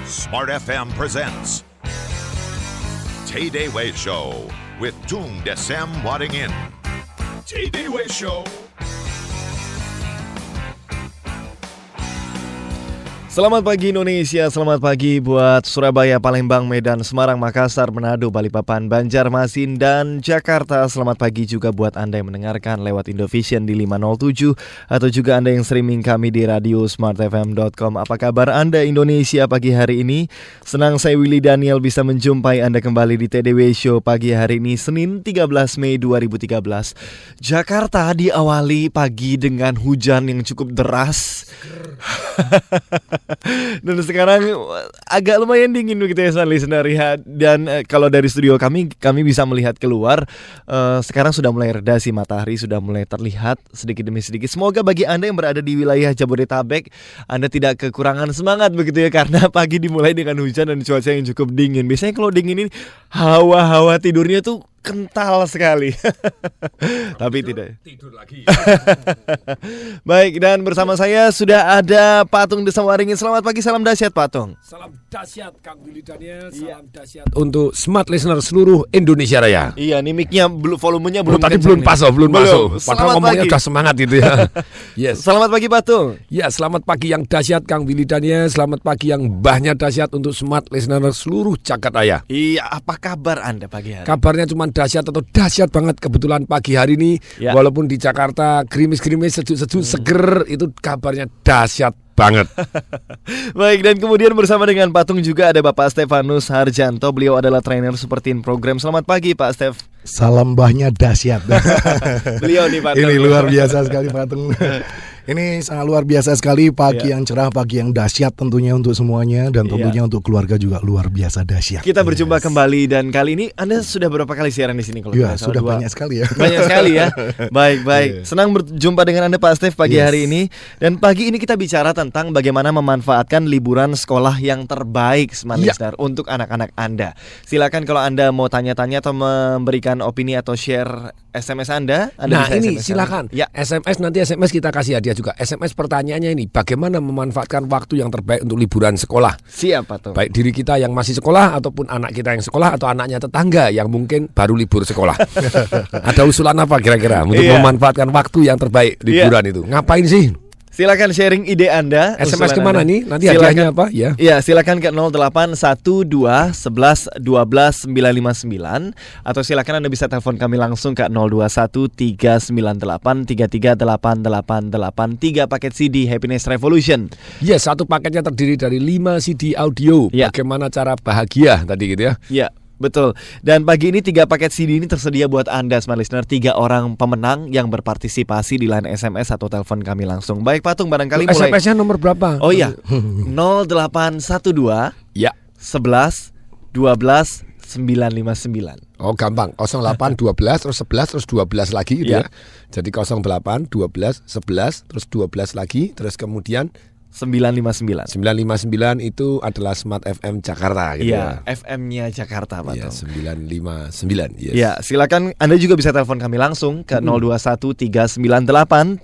Smart FM presents Tay Day Way Show with Tung Desem Waddingin. Tay Day Way Show. Selamat pagi Indonesia, selamat pagi buat Surabaya, Palembang, Medan, Semarang, Makassar, Manado, Balikpapan, Banjarmasin, dan Jakarta. Selamat pagi juga buat Anda yang mendengarkan lewat Indovision di 507 atau juga Anda yang streaming kami di radio smartfm.com. Apa kabar Anda Indonesia pagi hari ini? Senang saya Willy Daniel bisa menjumpai Anda kembali di TDW Show pagi hari ini, Senin 13 Mei 2013. Jakarta diawali pagi dengan hujan yang cukup deras. Dan sekarang agak lumayan dingin begitu ya listener ya. Dan kalau dari studio kami bisa melihat keluar, sekarang sudah mulai reda sih, matahari sudah mulai terlihat sedikit demi sedikit. Semoga bagi Anda yang berada di wilayah Jabodetabek, Anda tidak kekurangan semangat begitu ya, karena pagi dimulai dengan hujan dan cuaca yang cukup dingin. Biasanya kalau dingin ini hawa tidurnya tuh kental sekali. Tapi tidak. Tidur lagi. Baik, dan bersama saya sudah ada Patung Desem Waddingin. Selamat pagi, salam dahsyat Patung. Salam dahsyat Kang Willy Daniel, salam dahsyat untuk smart listener seluruh Indonesia Raya. Iya, nih mic-nya volumenya belum tadi belum masuk. Padahal ngomongnya udah semangat gitu ya. Yes. Selamat pagi Patung. Ya, selamat pagi yang dahsyat Kang Willy Daniel, selamat pagi yang mbahnya dahsyat untuk smart listener seluruh jagat raya. Iya, apa kabar Anda pagi hari? Kabarnya cuma dahsyat atau dahsyat banget kebetulan pagi hari ini ya. Walaupun di Jakarta gerimis-gerimis sejuk-sejuk seger, itu kabarnya dahsyat banget. Baik, dan kemudian bersama dengan Patung juga ada Bapak Stefanus Harjanto. Beliau adalah trainer Superteen Program. Selamat pagi Pak Stef. Salam mbahnya dahsyat. Beliau nih Patung. Ini luar biasa sekali Patung. Ini sangat luar biasa sekali, pagi yang cerah, pagi yang dahsyat tentunya untuk semuanya, dan tentunya untuk keluarga juga luar biasa dahsyat. Kita berjumpa kembali, dan kali ini Anda sudah berapa kali siaran di sini? Ya, sudah banyak sekali ya. Banyak sekali ya. Baik. Senang berjumpa dengan Anda Pak Stef pagi hari ini. Dan pagi ini kita bicara tentang bagaimana memanfaatkan liburan sekolah yang terbaik, Smart Listener, untuk anak-anak Anda. Silakan kalau Anda mau tanya-tanya atau memberikan opini atau share SMS Anda nah bisa ini SMS silakan ya. SMS kita kasih hadiah juga. SMS pertanyaannya ini, bagaimana memanfaatkan waktu yang terbaik untuk liburan sekolah? Siapa tuh? Baik diri kita yang masih sekolah ataupun anak kita yang sekolah atau anaknya tetangga yang mungkin baru libur sekolah. Ada usulan apa kira-kira untuk memanfaatkan waktu yang terbaik liburan itu? Ngapain sih? Silakan sharing ide Anda. SMS kemana nih? Nanti hadiahnya apa? Ya. Iya, silakan ke 0812 11 12 959 atau silakan Anda bisa telepon kami langsung ke 021 398 338888 3 paket CD Happiness Revolution. Ya, satu paketnya terdiri dari 5 CD audio. Bagaimana cara bahagia tadi gitu ya. Iya. Betul. Dan pagi ini 3 paket CD ini tersedia buat Anda Smart Listener, 3 orang pemenang yang berpartisipasi di line SMS atau telepon kami langsung. Baik Patung, barangkali mulai. SMS-nya nomor berapa? Oh iya. 0812 ya 11 12 959. Oh gampang, 08 12 terus 11 terus 12 lagi gitu ya. Jadi 08 12 11 terus 12 lagi terus kemudian 959 itu adalah Smart FM Jakarta gitu ya. FM-nya Jakarta Pak. Iya, 959. Yes. Ya, silakan Anda juga bisa telepon kami langsung ke 021 398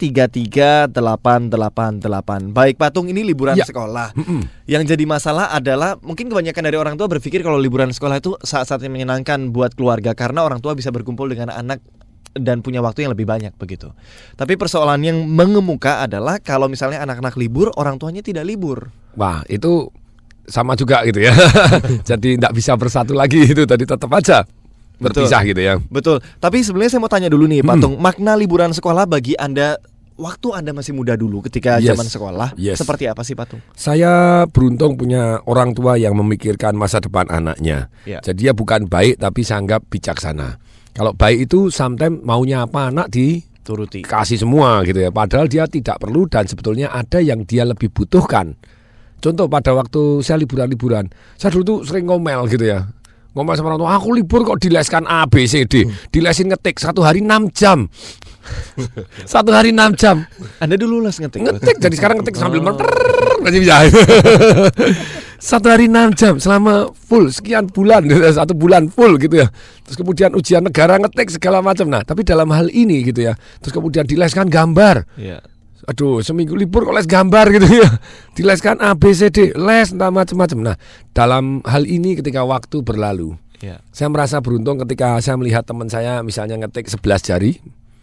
33888. Baik Patung, ini liburan sekolah. Yang jadi masalah adalah mungkin kebanyakan dari orang tua berpikir kalau liburan sekolah itu saat-saat yang menyenangkan buat keluarga karena orang tua bisa berkumpul dengan anak dan punya waktu yang lebih banyak begitu. Tapi persoalan yang mengemuka adalah kalau misalnya anak-anak libur, orang tuanya tidak libur. Wah, itu sama juga gitu ya. Jadi tidak bisa bersatu lagi itu, tadi tetap aja berpisah gitu ya. Betul. Tapi sebenarnya saya mau tanya dulu nih Patung, makna liburan sekolah bagi Anda waktu Anda masih muda dulu ketika zaman sekolah seperti apa sih Patung? Saya beruntung punya orang tua yang memikirkan masa depan anaknya. Jadi dia bukan baik tapi saya anggap bijaksana. Kalau baik itu sometimes maunya apa anak dituruti, kasih semua gitu ya. Padahal dia tidak perlu dan sebetulnya ada yang dia lebih butuhkan. Contoh pada waktu saya liburan, saya dulu tuh sering ngomel gitu ya. Ngomel sama orang tua, aku libur kok dileskan A, B, C, D. Dilesin ngetik 1 hari 6 jam. 1 hari 6 jam. Anda dulu les ngetik? Ngetik, jadi sekarang ngetik sambil masih bisa. 1 hari 6 jam selama full sekian bulan, 1 bulan full gitu ya. Terus kemudian ujian negara ngetik segala macam. Nah, tapi dalam hal ini gitu ya. Terus kemudian dileskan gambar. Aduh, seminggu libur kok les gambar gitu ya. Dileskan A, B, C, D, les entah macam-macam. Nah, dalam hal ini ketika waktu berlalu, saya merasa beruntung ketika saya melihat teman saya misalnya ngetik 11 jari.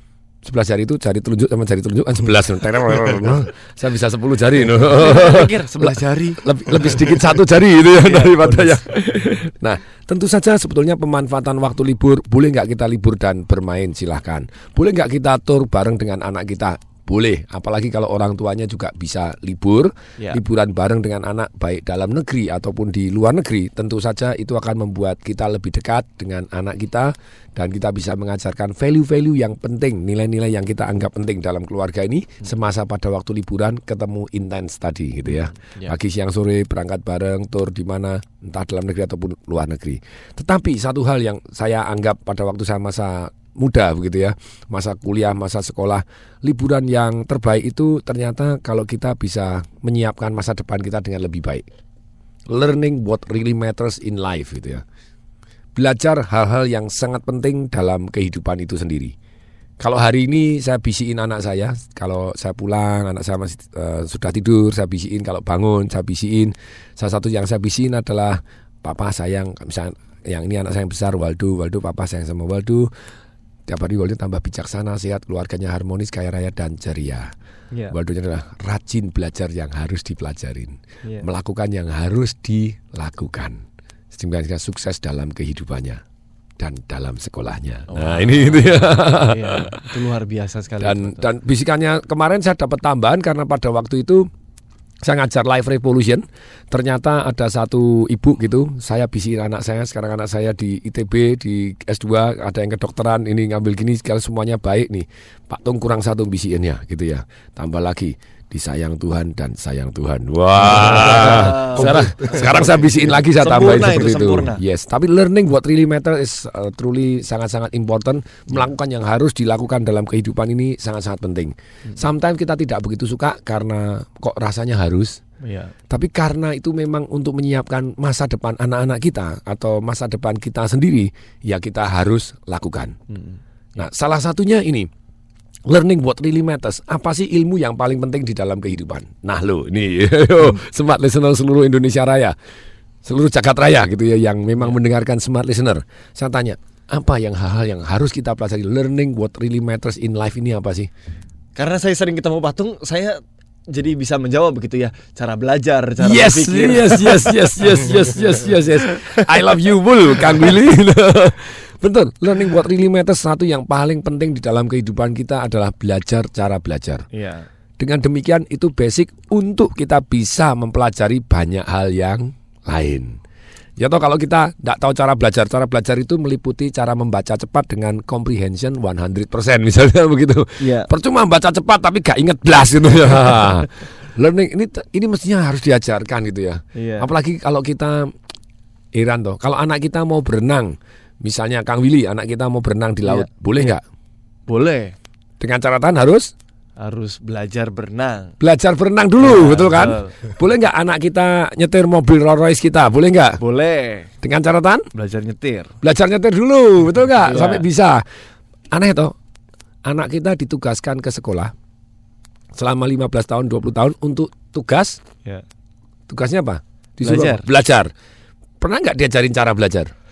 11 jari itu jari telunjuk sama jari telunjuk kan 11. Saya bisa 10 jari. Pikir 11 jari. Lebih sedikit 1 jari gitu ya daripada yang. Nah, tentu saja sebetulnya pemanfaatan waktu libur, boleh nggak kita libur dan bermain, silahkan. Boleh nggak kita tur bareng dengan anak kita? Boleh, apalagi kalau orang tuanya juga bisa libur, liburan bareng dengan anak baik dalam negeri ataupun di luar negeri. Tentu saja itu akan membuat kita lebih dekat dengan anak kita dan kita bisa mengajarkan value-value yang penting, nilai-nilai yang kita anggap penting dalam keluarga ini semasa pada waktu liburan ketemu intens tadi gitu ya. Pagi, siang, sore berangkat bareng, tur di mana, entah dalam negeri ataupun luar negeri. Tetapi satu hal yang saya anggap pada waktu saya masa muda begitu ya, masa kuliah, masa sekolah, liburan yang terbaik itu ternyata kalau kita bisa menyiapkan masa depan kita dengan lebih baik. Learning what really matters in life gitu ya. Belajar hal-hal yang sangat penting dalam kehidupan itu sendiri. Kalau hari ini saya bisiin anak saya, kalau saya pulang anak saya masih sudah tidur, saya bisiin, kalau bangun saya bisiin. Salah satu yang saya bisiin adalah papa sayang, misalnya yang ini anak saya yang besar, Waldo, papa sayang sama Waldo. Tiap hari Waldo tambah bijaksana, sehat, keluarganya harmonis, kaya raya dan ceria. Waldonya adalah rajin belajar yang harus dipelajarin, melakukan yang harus dilakukan, sehingga sukses dalam kehidupannya dan dalam sekolahnya. Nah ini itu ya. Itu luar biasa sekali. Dan bisikannya kemarin saya dapat tambahan karena pada waktu itu saya ngajar Life Revolution. Ternyata ada satu ibu gitu, saya bisikin anak saya, sekarang anak saya di ITB, di S2, ada yang kedokteran, ini ngambil gini, segala semuanya baik nih. Pak Tung kurang satu bisikinnya gitu ya. Tambah lagi, disayang Tuhan dan sayang Tuhan. Wah. Sekarang saya bisikin lagi, saya tambahin seperti itu. Yes, tapi learning what really matter is truly sangat-sangat important. Melakukan yang harus dilakukan dalam kehidupan ini sangat-sangat penting. Sometimes kita tidak begitu suka karena kok rasanya harus. Tapi karena itu memang untuk menyiapkan masa depan anak-anak kita atau masa depan kita sendiri, ya kita harus lakukan. Nah, salah satunya ini. Learning what really matters. Apa sih ilmu yang paling penting di dalam kehidupan? Nah lo, ini Smart Listener seluruh Indonesia Raya, seluruh jagat raya gitu ya, yang memang mendengarkan Smart Listener. Saya tanya, apa yang hal-hal yang harus kita pelajari? Learning what really matters in life ini apa sih? Karena saya sering ketemu Patung, saya jadi bisa menjawab begitu ya, cara belajar, cara berpikir. Yes. I love you, Bul, Kang Willy. Betul, learning what really matters, satu yang paling penting di dalam kehidupan kita adalah belajar cara belajar. Dengan demikian itu basic untuk kita bisa mempelajari banyak hal yang lain. Ya toh kalau kita tidak tahu cara belajar itu meliputi cara membaca cepat dengan comprehension 100% misalnya begitu. Percuma baca cepat tapi gak inget blas gitu ya. Learning ini mestinya harus diajarkan gitu ya. Apalagi kalau kita heran toh, kalau anak kita mau berenang, misalnya Kang Willy, anak kita mau berenang di laut, boleh nggak? Boleh. Dengan catatan harus belajar berenang. Belajar berenang dulu, betul kan? Boleh nggak anak kita nyetir mobil Rolls Royce kita? Boleh nggak? Boleh. Dengan catatan? Belajar nyetir dulu, betul nggak? Sampai bisa. Aneh toh, anak kita ditugaskan ke sekolah selama 15 tahun, 20 tahun untuk tugas. Tugasnya apa? Disuruh belajar. Pernah nggak diajarin cara belajar?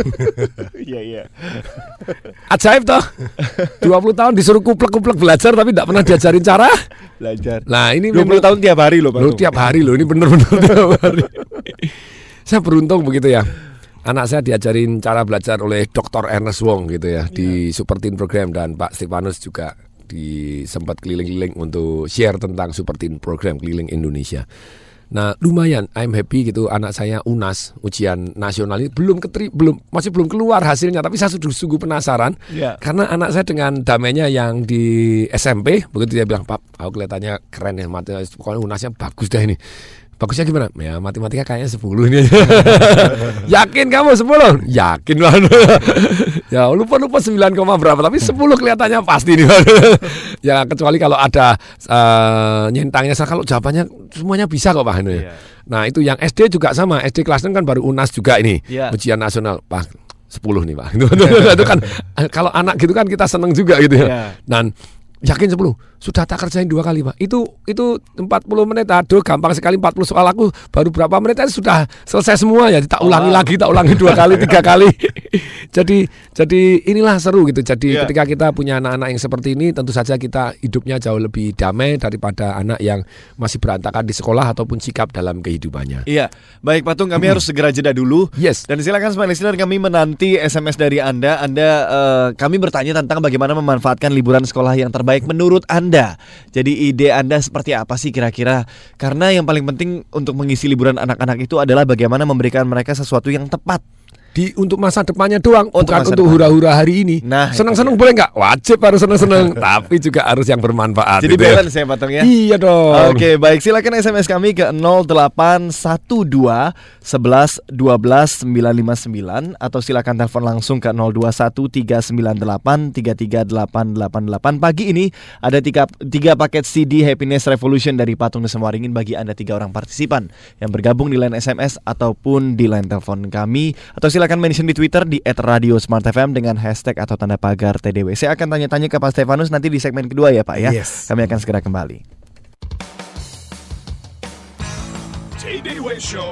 Iya. Ajaib toh. 20 tahun disuruh kuplek-kuplek belajar tapi tidak pernah diajarin cara belajar. Nah, ini 20 tahun tiap hari loh, Pak. Tiap hari loh, ini benar-benar tiap hari. Saya beruntung begitu ya. Anak saya diajarin cara belajar oleh Dr. Ernest Wong gitu ya, di Super Teen Program, dan Pak Stefanus juga sempat keliling-keliling untuk share tentang Super Teen Program keliling Indonesia. Nah lumayan, I'm happy gitu. Anak saya UNAS, ujian nasional ini masih belum keluar hasilnya, tapi saya sungguh penasaran. Karena anak saya dengan damainya yang di SMP, begitu dia bilang, Pak, aku kelihatannya keren ya, pokoknya UNASnya bagus deh ini. Bagusnya gimana? Ya matematika kayaknya 10 ini. Yakin kamu 10? Yakin banget. Ya lupa 9, berapa, tapi 10 kelihatannya pasti nih. Ya kecuali kalau ada nyentangnya, kalau jawabannya semuanya bisa kok Pak. Nah itu yang SD juga sama, SD kelas 6 kan baru UNAS juga ini, ujian nasional Pak. 10 nih Pak. Itu kan kalau anak gitu kan kita seneng juga gitu ya. Dan Yakin 10. Sudah tak kerjain 2 kali, Pak. Itu 40 menit. Aduh, gampang sekali 40 soal, aku baru berapa menit aja sudah selesai semua ya. Tak ulangi lagi, tak ulangi 2 kali, 3 kali. Jadi inilah seru gitu. Jadi ketika kita punya anak-anak yang seperti ini, tentu saja kita hidupnya jauh lebih damai daripada anak yang masih berantakan di sekolah ataupun sikap dalam kehidupannya. Iya. Baik, Patung, kami harus segera jeda dulu. Yes. Dan silakan Smart Listener, kami menanti SMS dari Anda. Kami bertanya tentang bagaimana memanfaatkan liburan sekolah yang terbaik menurut Anda. Jadi ide Anda seperti apa sih kira-kira? Karena yang paling penting untuk mengisi liburan anak-anak itu adalah bagaimana memberikan mereka sesuatu yang tepat. Untuk masa depannya doang, bukan untuk depan. hura-hura hari ini. Nah, senang-senang boleh nggak? Wajib harus senang-senang, tapi juga harus yang bermanfaat. Jadi balance ya, Patung ya. Iya dong. Oke, baik, silakan SMS kami ke 0812 11 12 959 atau silakan telepon langsung ke 021 398 33888. Pagi ini ada 3 paket CD Happiness Revolution dari Patung Desem Waringin bagi Anda 3 orang partisipan yang bergabung di line SMS ataupun di line telepon kami, atau silakan mention di Twitter di @radiosmartfm dengan hashtag atau tanda pagar TDW. Saya akan tanya-tanya ke Pak Stefanus nanti di segmen kedua ya, Pak ya. Yes. Kami akan segera kembali. TDW Show.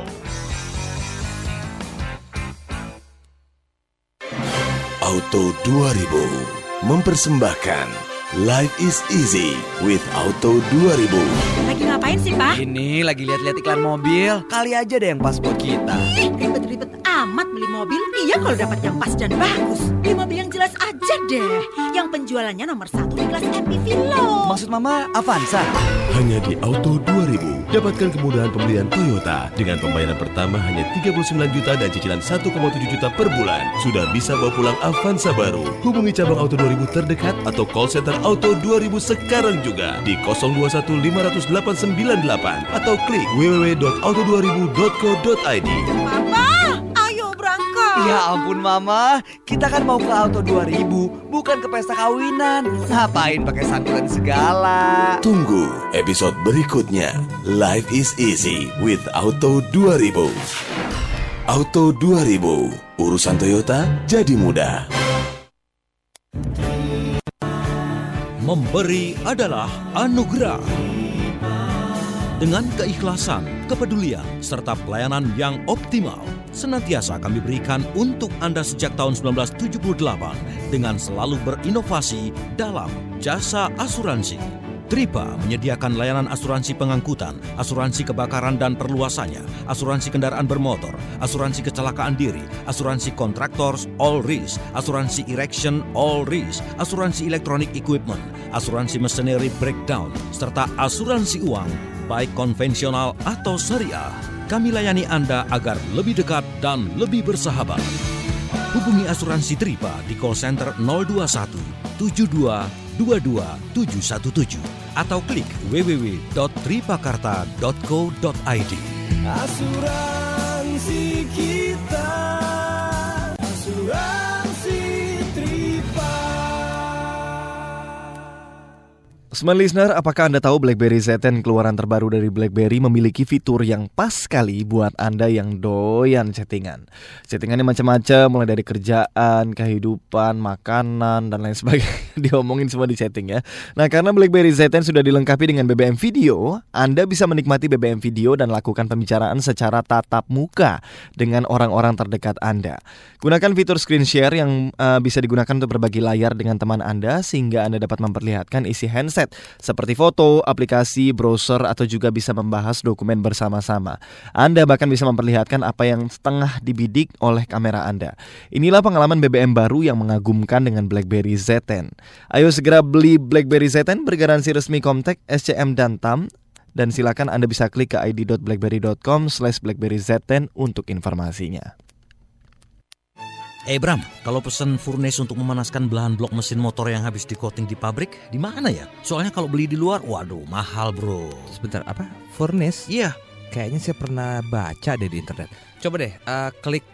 Auto 2000 mempersembahkan Life is Easy with Auto 2000. Lagi ngapain sih, Pak? Ini lagi lihat-lihat iklan mobil. Kali aja deh yang pas buat kita. Ribet-ribet amat beli mobil. Iya kalau dapat yang pas dan bagus. Beli mobil yang jelas aja deh. Yang penjualannya nomor 1 di kelas MPV loh. Maksud Mama Avanza? Hanya di Auto 2000 dapatkan kemudahan pembelian Toyota dengan pembayaran pertama hanya 39 juta dan cicilan 1,7 juta per bulan. Sudah bisa bawa pulang Avanza baru. Hubungi cabang Auto 2000 terdekat atau call center Auto 2000 sekarang juga di 021 500 898 atau klik www.auto2000.co.id. Papa, ayo berangkat. Ya ampun Mama, kita kan mau ke Auto 2000, bukan ke pesta kawinan. Ngapain pakai santunan segala? Tunggu episode berikutnya. Life is Easy with Auto 2000. Auto 2000, urusan Toyota jadi mudah. Memberi adalah anugerah. Dengan keikhlasan, kepedulian, serta pelayanan yang optimal, senantiasa kami berikan untuk Anda sejak tahun 1978 dengan selalu berinovasi dalam jasa asuransi. Tripa menyediakan layanan asuransi pengangkutan, asuransi kebakaran dan perluasannya, asuransi kendaraan bermotor, asuransi kecelakaan diri, asuransi kontraktor all risk, asuransi erection all risk, asuransi electronic equipment, asuransi machinery breakdown, serta asuransi uang, baik konvensional atau syariah. Kami layani Anda agar lebih dekat dan lebih bersahabat. Hubungi asuransi Tripa di call center 021 72 22717 atau klik www.tripakarta.co.id. Asuransi kita, asuransi Tripa. Smart Listener, apakah Anda tahu BlackBerry Z10 keluaran terbaru dari BlackBerry memiliki fitur yang pas sekali buat Anda yang doyan chattingan. Chattingannya macam-macam, mulai dari kerjaan, kehidupan, makanan, dan lain sebagainya. Diomongin semua di chatting ya. Nah, karena BlackBerry Z10 sudah dilengkapi dengan BBM Video, Anda bisa menikmati BBM Video dan lakukan pembicaraan secara tatap muka dengan orang-orang terdekat Anda. Gunakan fitur screen share yang bisa digunakan untuk berbagi layar dengan teman Anda sehingga Anda dapat memperlihatkan isi handset seperti foto, aplikasi, browser, atau juga bisa membahas dokumen bersama-sama. Anda bahkan bisa memperlihatkan apa yang setengah dibidik oleh kamera Anda. Inilah pengalaman BBM baru yang mengagumkan dengan BlackBerry Z10. Ayo segera beli BlackBerry Z10 bergaransi resmi Comtek, SCM, dan TAM. Dan silakan Anda bisa klik ke id.blackberry.com/blackberryz10 untuk informasinya. Bram, kalau pesan furnace untuk memanaskan belahan blok mesin motor yang habis di-coating di pabrik, di mana ya? Soalnya kalau beli di luar, waduh, mahal bro. Sebentar, apa? Furnace? Iya. Kayaknya saya pernah baca deh di internet. Coba deh, klik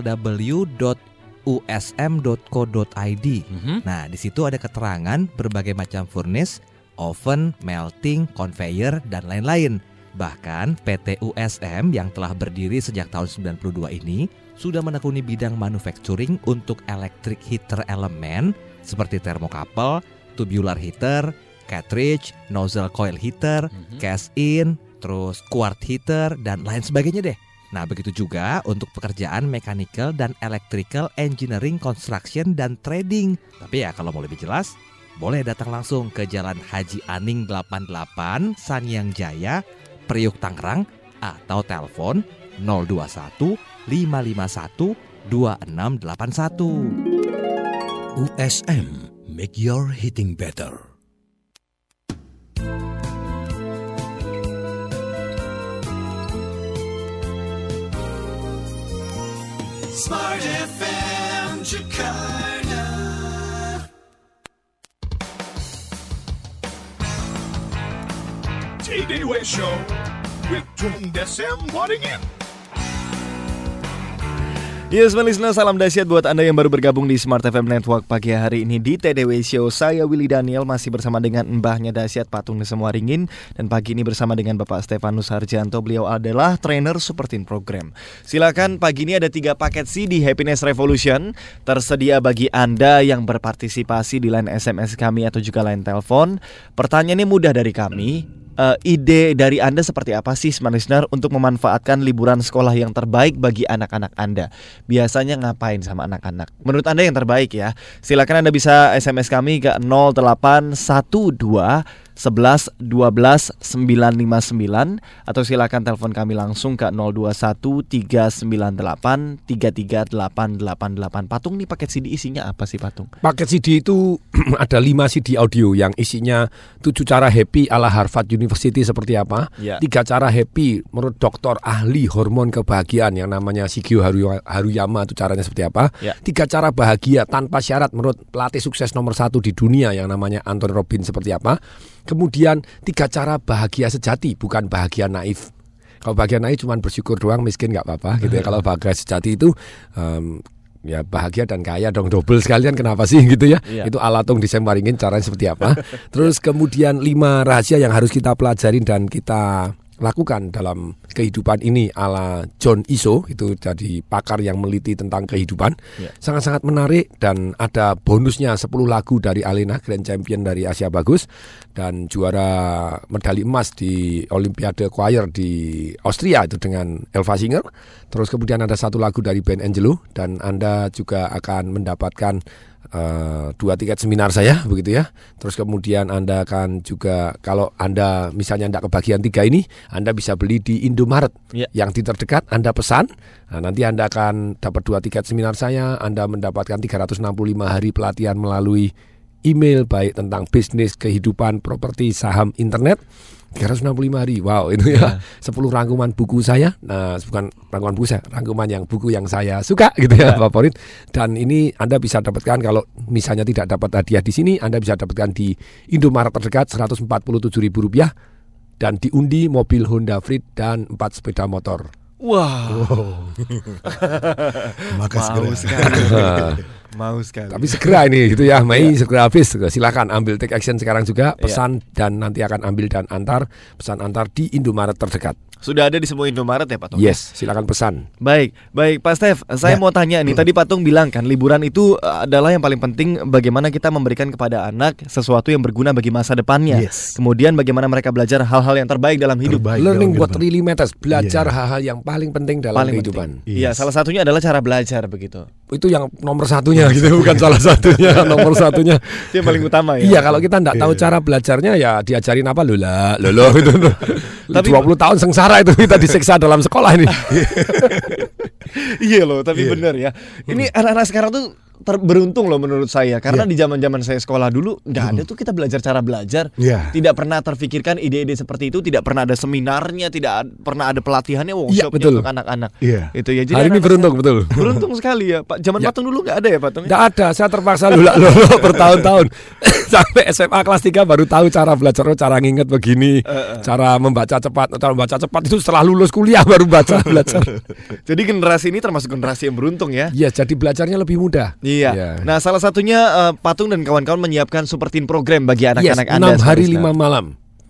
www.usm.co.id. Nah, di situ ada keterangan berbagai macam furnace, oven, melting, conveyor, dan lain-lain. Bahkan PT USM yang telah berdiri sejak tahun 92 ini sudah menekuni bidang manufacturing untuk electric heater elemen seperti thermocouple, tubular heater, cartridge, nozzle coil heater, cash in, terus quart heater, dan lain sebagainya deh. Nah, begitu juga untuk pekerjaan mechanical dan electrical engineering, construction, dan trading. Tapi ya kalau mau lebih jelas, boleh datang langsung ke Jalan Haji Aning 88, Sanyang Jaya, Priuk, Tangerang, atau telepon 021 551 2681. USM, make your hitting better. Smart FM Jakarta. Tay-Day Way Show with Tung Desem Wadding In. Yes, listeners, salam dahsyat buat Anda yang baru bergabung di Smart FM Network pagi hari ini di TDW Show. Saya Willy Daniel masih bersama dengan mbahnya dahsyat Patung Desem Waringin, dan pagi ini bersama dengan Bapak Stefanus Harjanto. Beliau adalah trainer Super Teen Program. Silakan, pagi ini ada 3 paket CD Happiness Revolution tersedia bagi Anda yang berpartisipasi di line SMS kami atau juga line telepon. Pertanyaannya mudah dari kami. Ide dari Anda seperti apa sih, Smart Listener, untuk memanfaatkan liburan sekolah yang terbaik bagi anak-anak Anda? Biasanya ngapain sama anak-anak? Menurut Anda yang terbaik ya. Silakan Anda bisa SMS kami ke 0812 11 12 959 atau silakan telepon kami langsung ke 021 398 33888. Patung, nih paket CD isinya apa sih, Patung? Paket CD itu ada 5 CD audio yang isinya 7 cara happy ala Harvard University seperti apa, 3 cara happy menurut dokter ahli hormon kebahagiaan yang namanya Shigeo Haruyama, itu caranya seperti apa, 3 cara bahagia tanpa syarat menurut pelatih sukses nomor 1 di dunia yang namanya Anthony Robbins seperti apa. Kemudian 3 cara bahagia sejati, bukan bahagia naif. Kalau bahagia naif cuma bersyukur doang, miskin nggak apa-apa gitu ya. Kalau bahagia sejati itu ya bahagia dan kaya dong, double sekalian, kenapa sih gitu ya. Itu ala Tung Desem Waringin caranya seperti apa. Terus kemudian 5 rahasia yang harus kita pelajarin dan kita lakukan dalam kehidupan ini ala John Iso, itu jadi pakar yang meliti tentang kehidupan. Sangat-sangat menarik, dan ada bonusnya 10 lagu dari Alena, Grand Champion dari Asia Bagus dan juara medali emas di Olimpiade Choir di Austria itu dengan Elva Singer. Terus kemudian ada 1 lagu dari band Angelo, dan Anda juga akan mendapatkan 2 tiket seminar saya, begitu ya. Terus kemudian Anda akan juga, kalau Anda misalnya tidak kebagian 3 ini, Anda bisa beli di Indomaret yang di terdekat. Anda pesan, nah, nanti Anda akan dapat 2 tiket seminar saya. Anda mendapatkan 365 hari pelatihan melalui email, baik tentang bisnis, kehidupan, properti, saham, internet. 365 hari, wow, itu ya. 10 rangkuman buku saya, nah bukan rangkuman buku saya, rangkuman yang buku yang saya suka gitu ya, favorit. Dan ini Anda bisa dapatkan, kalau misalnya tidak dapat hadiah di sini, Anda bisa dapatkan di Indomaret terdekat Rp147.000 dan diundi mobil Honda Freed dan 4 sepeda motor. Wow. Maka Mau sekali. Tapi segera ini gitu ya, Mei segera habis. Silakan ambil take action sekarang juga, pesan dan nanti akan ambil dan antar, pesan antar di Indomaret terdekat. Sudah ada di semua Indomaret ya, Patung? Yes, silakan pesan. Baik Pak Stef, saya mau tanya nih. Tadi Patung bilang kan liburan itu adalah yang paling penting, bagaimana kita memberikan kepada anak sesuatu yang berguna bagi masa depannya. Kemudian bagaimana mereka belajar hal-hal yang terbaik dalam hidup. Learning what really matters, belajar hal-hal yang paling penting dalam kehidupan. Iya, salah satunya adalah cara belajar begitu. Itu yang nomor satunya gitu, bukan salah satunya, nomor satunya. Itu yang paling utama ya. Iya, kalau kita enggak tahu cara belajarnya ya diajarin apa lolo gitu. Tapi 20 tahun sengsara itu kita disiksa dalam sekolah ini. Iya loh, tapi benar ya. Ini anak-anak sekarang tuh beruntung loh menurut saya, karena di zaman-zaman saya sekolah dulu nggak ada tuh kita belajar cara belajar. Tidak pernah terfikirkan ide-ide seperti itu, tidak pernah ada seminarnya, tidak pernah ada pelatihannya, workshopnya untuk anak-anak. Itu ya. Jadi hari ini beruntung betul. Beruntung sekali ya, Pak. Zaman Patung dulu nggak ada ya, Patung? Nggak ada, saya terpaksa lolo bertahun-tahun. Sampai SMA kelas 3 baru tahu cara belajar, cara nginget begini, cara membaca cepat. Cara membaca cepat itu setelah lulus kuliah baru belajar. Jadi generasi ini termasuk generasi yang beruntung ya. Iya, jadi belajarnya lebih mudah. Iya. Nah, salah satunya Patung dan kawan-kawan menyiapkan Super Teen Program bagi anak-anak Anda. 6 hari 5 malam.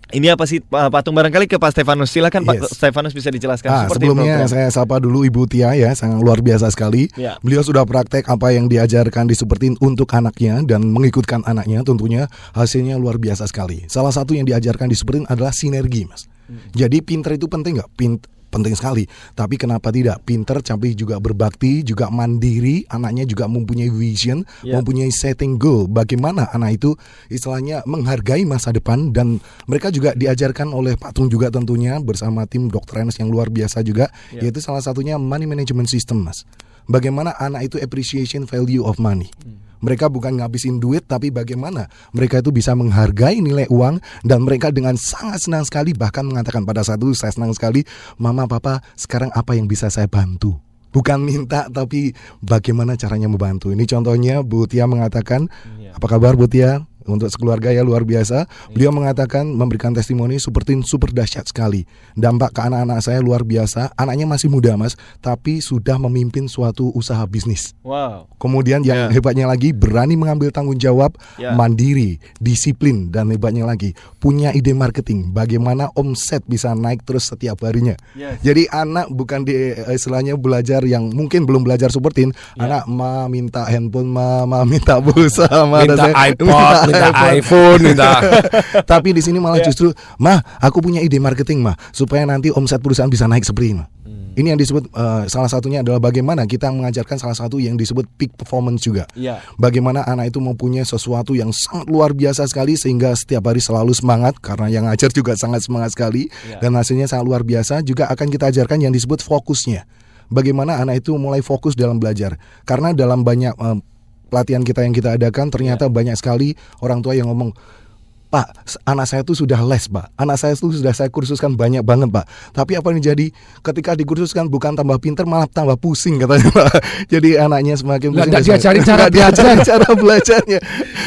Ini apa sih Patung, barangkali ke Pak Stefanus. Silakan Pak Stefanus, bisa dijelaskan. Sebelumnya saya sapa dulu Ibu Tia ya, sangat luar biasa sekali. Beliau sudah praktek apa yang diajarkan di Superteen untuk anaknya dan mengikutkan anaknya, tentunya hasilnya luar biasa sekali. Salah satu yang diajarkan di Superteen adalah sinergi, Mas. Jadi pinter itu penting nggak? Penting sekali. Tapi kenapa tidak? Pinter tapi juga berbakti, juga mandiri, anaknya juga mempunyai vision, mempunyai setting goal. Bagaimana anak itu istilahnya menghargai masa depan, dan mereka juga diajarkan oleh Pak Tung juga tentunya bersama tim Dr. Enes yang luar biasa juga, yaitu salah satunya money management system, Mas. Bagaimana anak itu appreciation value of money. Mereka bukan ngabisin duit, tapi bagaimana mereka itu bisa menghargai nilai uang, dan mereka dengan sangat senang sekali bahkan mengatakan pada saat itu, saya senang sekali, Mama, Papa, sekarang apa yang bisa saya bantu? Bukan minta, tapi bagaimana caranya membantu. Ini contohnya Bu Tia mengatakan, apa kabar Bu Tia? Untuk sekeluarga ya luar biasa. Beliau mengatakan, memberikan testimoni, Superteen super dahsyat sekali. Dampak ke anak-anak saya luar biasa. Anaknya masih muda, Mas, tapi sudah memimpin suatu usaha bisnis. Wow. Kemudian yang hebatnya lagi, berani mengambil tanggung jawab, mandiri, disiplin, dan hebatnya lagi punya ide marketing. Bagaimana omset bisa naik terus setiap harinya. Jadi anak bukan di istilahnya belajar yang mungkin belum belajar Superteen. Anak minta handphone, minta pulsa, minta iPod, minta iPhone, minta. Tapi di sini malah justru, aku punya ide marketing, supaya nanti omset perusahaan bisa naik seperti ini. Ini yang disebut salah satunya adalah bagaimana kita mengajarkan salah satu yang disebut peak performance juga. Bagaimana anak itu mempunyai sesuatu yang sangat luar biasa sekali sehingga setiap hari selalu semangat, karena yang ngajar juga sangat semangat sekali, dan hasilnya sangat luar biasa. Juga akan kita ajarkan yang disebut fokusnya. Bagaimana anak itu mulai fokus dalam belajar. Karena dalam banyak pelatihan kita yang kita adakan, ternyata banyak sekali orang tua yang ngomong, Pak, anak saya itu sudah les, Pak. Anak saya itu sudah saya kursuskan banyak banget, Pak. Tapi apa yang jadi? Ketika dikursuskan bukan tambah pinter, malah tambah pusing katanya, Pak. Jadi anaknya semakin pusing. Nggak diajarin cara belajarnya.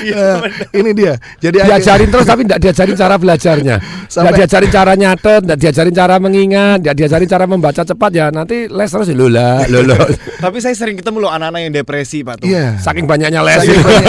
Ini dia. Jadi diajarin terus tapi nggak diajarin cara belajarnya. Nggak diajarin cara nyatet, nggak diajarin cara mengingat, nggak diajarin cara membaca cepat, ya nanti les terus lola. Tapi saya sering ketemu loh anak-anak yang depresi, Pak. Saking banyaknya les.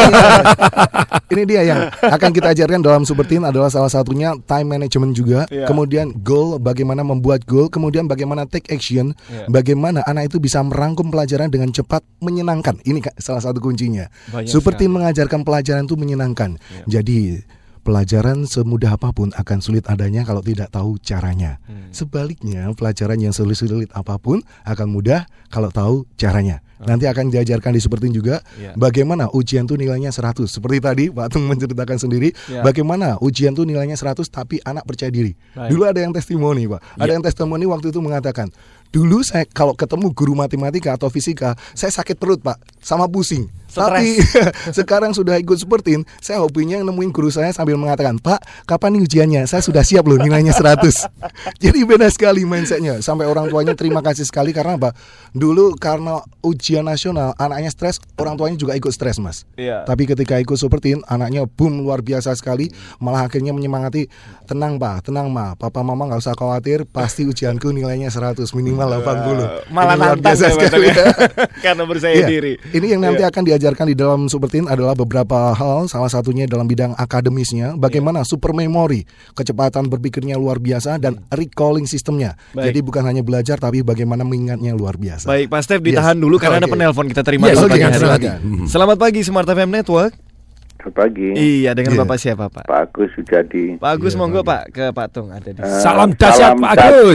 Ini dia yang akan kita ajarkan dalam Superteen, adalah salah satunya time management juga. Kemudian goal, bagaimana membuat goal. Kemudian bagaimana take action. Bagaimana anak itu bisa merangkum pelajaran dengan cepat, menyenangkan. Ini salah satu kuncinya. Superteen mengajarkan pelajaran itu menyenangkan. Jadi pelajaran semudah apapun akan sulit adanya kalau tidak tahu caranya. Sebaliknya, pelajaran yang sulit apapun akan mudah kalau tahu caranya. Nanti akan diajarkan di Superteen juga bagaimana ujian itu nilainya 100. Seperti tadi Pak Tung menceritakan sendiri, bagaimana ujian itu nilainya 100 tapi anak percaya diri. Dulu ada yang testimoni, Pak. Ada yang testimoni waktu itu mengatakan, dulu saya kalau ketemu guru matematika atau fisika, saya sakit perut, Pak, sama pusing. Tapi sekarang sudah ikut Superteen, saya hobinya nemuin guru saya sambil mengatakan, Pak, kapan nih ujiannya? Saya sudah siap loh, nilainya 100. Jadi beda sekali mindsetnya. Sampai orang tuanya terima kasih sekali. Karena apa? Dulu karena ujian nasional, anaknya stres, orang tuanya juga ikut stres, Mas. Tapi ketika ikut Superteen, anaknya boom, luar biasa sekali. Malah akhirnya menyemangati, tenang Pak, tenang Ma, Papa Mama gak usah khawatir, pasti ujianku nilainya 100, minimal 80. Malah nantang sekali karena percaya diri. Ini yang nanti akan diajarkan di dalam Superteen adalah beberapa hal. Salah satunya dalam bidang akademisnya, bagaimana super memory, kecepatan berpikirnya luar biasa, dan recalling sistemnya. Jadi bukan hanya belajar, tapi bagaimana mengingatnya luar biasa. Baik, Pak Stef, ditahan dulu karena ada penelpon kita terima dulu pagi hari. Selamat pagi Smart FM Network. Selamat pagi. Iya, dengan Bapak siapa, Pak? Pak Agus Sujadi. Pak Agus, monggo Pak ke Pak Tung ada di. Salam dahsyat Pak Agus.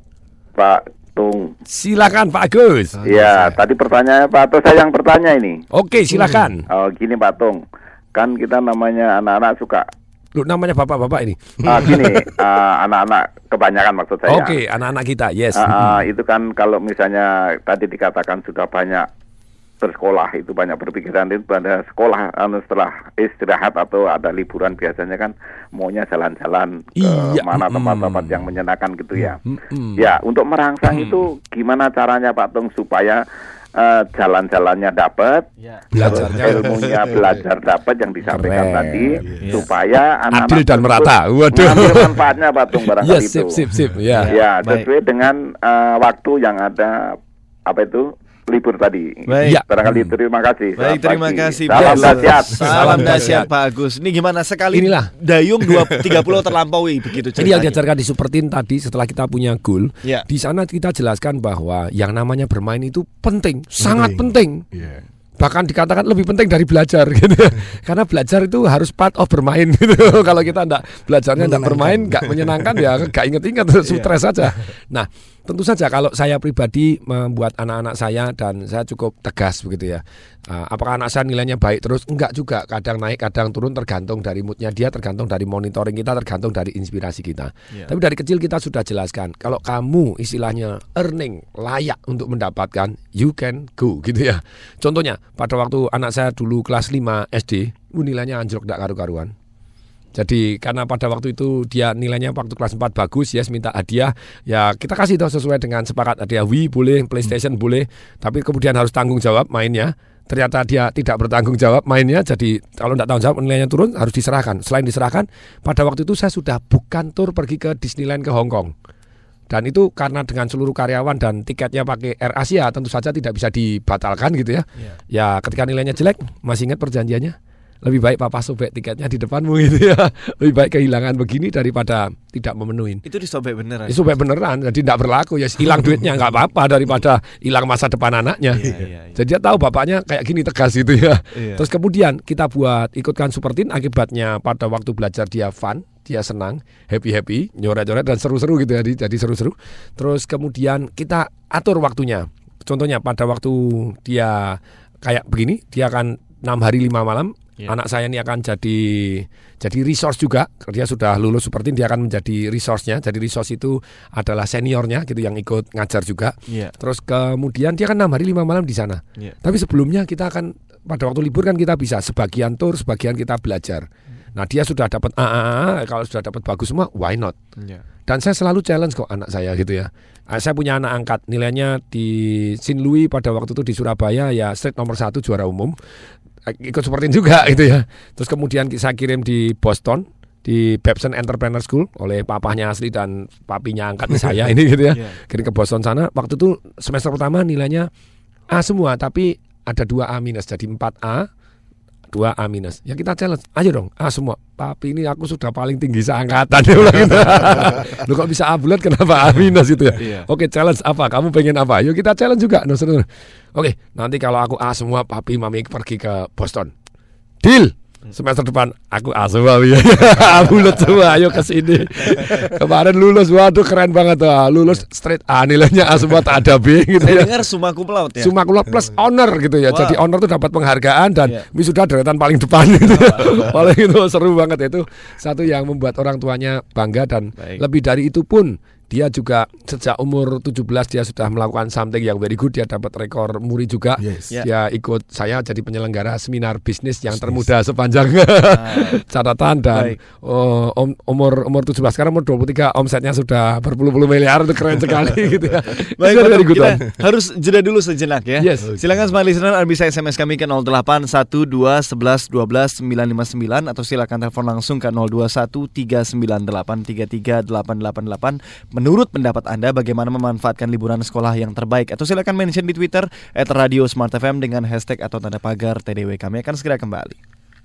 Pak Tung. Silakan Pak Agus. Iya, tadi pertanyaannya Pak Tung, saya yang bertanya ini. Oke, silakan. Gini Pak Tung, kan kita namanya anak-anak suka. Loh, namanya bapak-bapak ini. Gini, anak-anak kebanyakan maksud saya. Oke, anak-anak kita, yes. Itu kan kalau misalnya tadi dikatakan sudah banyak bersekolah, itu banyak berpikiran, itu pada sekolah setelah istirahat atau ada liburan biasanya kan maunya jalan-jalan ke mana tempat-tempat yang menyenangkan gitu ya. Ya, untuk merangsang itu gimana caranya Pak Tung supaya jalan-jalannya dapat, ilmunya belajar dapat yang disampaikan tadi, supaya anak-anak adil dan merata. Mengambil manfaatnya Pak Tung barangkali itu. Sip. Ya, sesuai dengan waktu yang ada, apa itu, libur tadi. Baik. Barangkali terima kasih. Baik, terima kasih. Salam dahsyat. Salam dahsyat Pak Agus. Ini gimana sekali Inilah. dayung 30 terlampaui begitu ceritanya. Ini yang diajarkan di Super Teen tadi setelah kita punya goal. Ya. Di sana kita jelaskan bahwa yang namanya bermain itu penting, sangat penting. Bahkan dikatakan lebih penting dari belajar gitu. Karena belajar itu harus part of bermain gitu. Kalau kita belajarnya enggak bermain, enggak menyenangkan ya enggak inget-inget, stres saja. Nah, tentu saja kalau saya pribadi membuat anak-anak saya dan saya cukup tegas begitu ya. Apakah anak saya nilainya baik terus? Enggak juga, kadang naik, kadang turun, tergantung dari moodnya dia, tergantung dari monitoring kita, tergantung dari inspirasi kita. Tapi dari kecil kita sudah jelaskan, kalau kamu istilahnya earning, layak untuk mendapatkan, you can go gitu ya. Contohnya, pada waktu anak saya dulu kelas 5 SD, nilainya anjlok enggak karu-karuan. Jadi karena pada waktu itu dia nilainya waktu kelas 4 bagus, yes, minta hadiah, ya kita kasih tahu sesuai dengan sepakat hadiah. Wii boleh, PlayStation boleh, tapi kemudian harus tanggung jawab mainnya. Ternyata dia tidak bertanggung jawab mainnya, jadi kalau tidak tanggung jawab nilainya turun, harus diserahkan. Selain diserahkan, pada waktu itu saya sudah bukan tur pergi ke Disneyland ke Hong Kong. Dan itu karena dengan seluruh karyawan dan tiketnya pakai Air Asia, tentu saja tidak bisa dibatalkan gitu ya. Ya ketika nilainya jelek, masih ingat perjanjiannya? Lebih baik papa sobek tiketnya di depanmu gitu ya. Lebih baik kehilangan begini daripada tidak memenuhi. Itu disobek beneran. Disobek beneran, jadi tidak berlaku ya. Hilang duitnya nggak apa-apa daripada hilang masa depan anaknya. Jadi dia tahu bapaknya kayak gini, tegas gitu ya. Terus kemudian kita ikutkan Super Teen, akibatnya pada waktu belajar dia fun, dia senang, happy, nyoret-nyoret dan seru-seru gitu ya. Jadi seru-seru. Terus kemudian kita atur waktunya. Contohnya pada waktu dia kayak begini, dia akan 6 hari 5 malam. Anak saya ini akan jadi resource juga. Dia sudah lulus Super Teen, dia akan menjadi resource-nya. Jadi resource itu adalah seniornya gitu yang ikut ngajar juga. Terus kemudian dia akan 6 hari 5 malam di sana. Tapi sebelumnya kita akan pada waktu libur kan kita bisa sebagian tur, sebagian kita belajar. Nah, dia sudah dapat kalau sudah dapat bagus semua, why not? Dan saya selalu challenge kok anak saya gitu ya. Saya punya anak angkat, nilainya di St. Louis pada waktu itu di Surabaya ya straight nomor 1 juara umum. Ikut Super Teen juga gitu ya. Terus kemudian saya kirim di Boston, di Babson Entrepreneur School oleh papahnya asli dan papinya angkat saya ini gitu ya. Kirim ke Boston sana. Waktu itu semester pertama nilainya A semua, tapi ada 2 A minus, jadi 4A, 2 A minus. Ya kita challenge, ayo dong A semua. Papi ini aku sudah paling tinggi seangkatan. Lu kok bisa A bulat, kenapa A minus itu ya? Oke, challenge apa? Kamu pengen apa? Yuk kita challenge juga. Oke, nanti kalau aku A semua, papi mami pergi ke Boston. Deal. Semester depan aku A semua ya. A bulat semua, ayo ke sini. Kemarin lulus, waduh keren banget tuh. Lulus straight A, nilainya A semua, tak ada B gitu ya. Saya dengar summa cum laude ya. Summa cum laude plus honor gitu ya. Wow. Jadi honor tuh dapat penghargaan dan wisuda deretan paling depan gitu ya. Paling itu seru banget itu. Satu yang membuat orang tuanya bangga dan lebih dari itu pun dia juga sejak umur 17 dia sudah melakukan something yang very good. Dia dapat rekor muri juga. Dia ikut saya jadi penyelenggara seminar bisnis yang termuda sepanjang catatan. Dan umur 17, sekarang umur 23, omsetnya sudah berpuluh-puluh miliar. Itu keren sekali gitu ya. Baik, kita harus jeda dulu sejenak ya. Silakan smart listener bisa SMS kami ke 08 12 11 12 959 atau silakan telepon langsung ke 021 398 33 888. Menurut pendapat Anda, bagaimana memanfaatkan liburan sekolah yang terbaik? Atau silakan mention di Twitter @radiosmartfm dengan hashtag atau tanda pagar TDW. Kami akan segera kembali.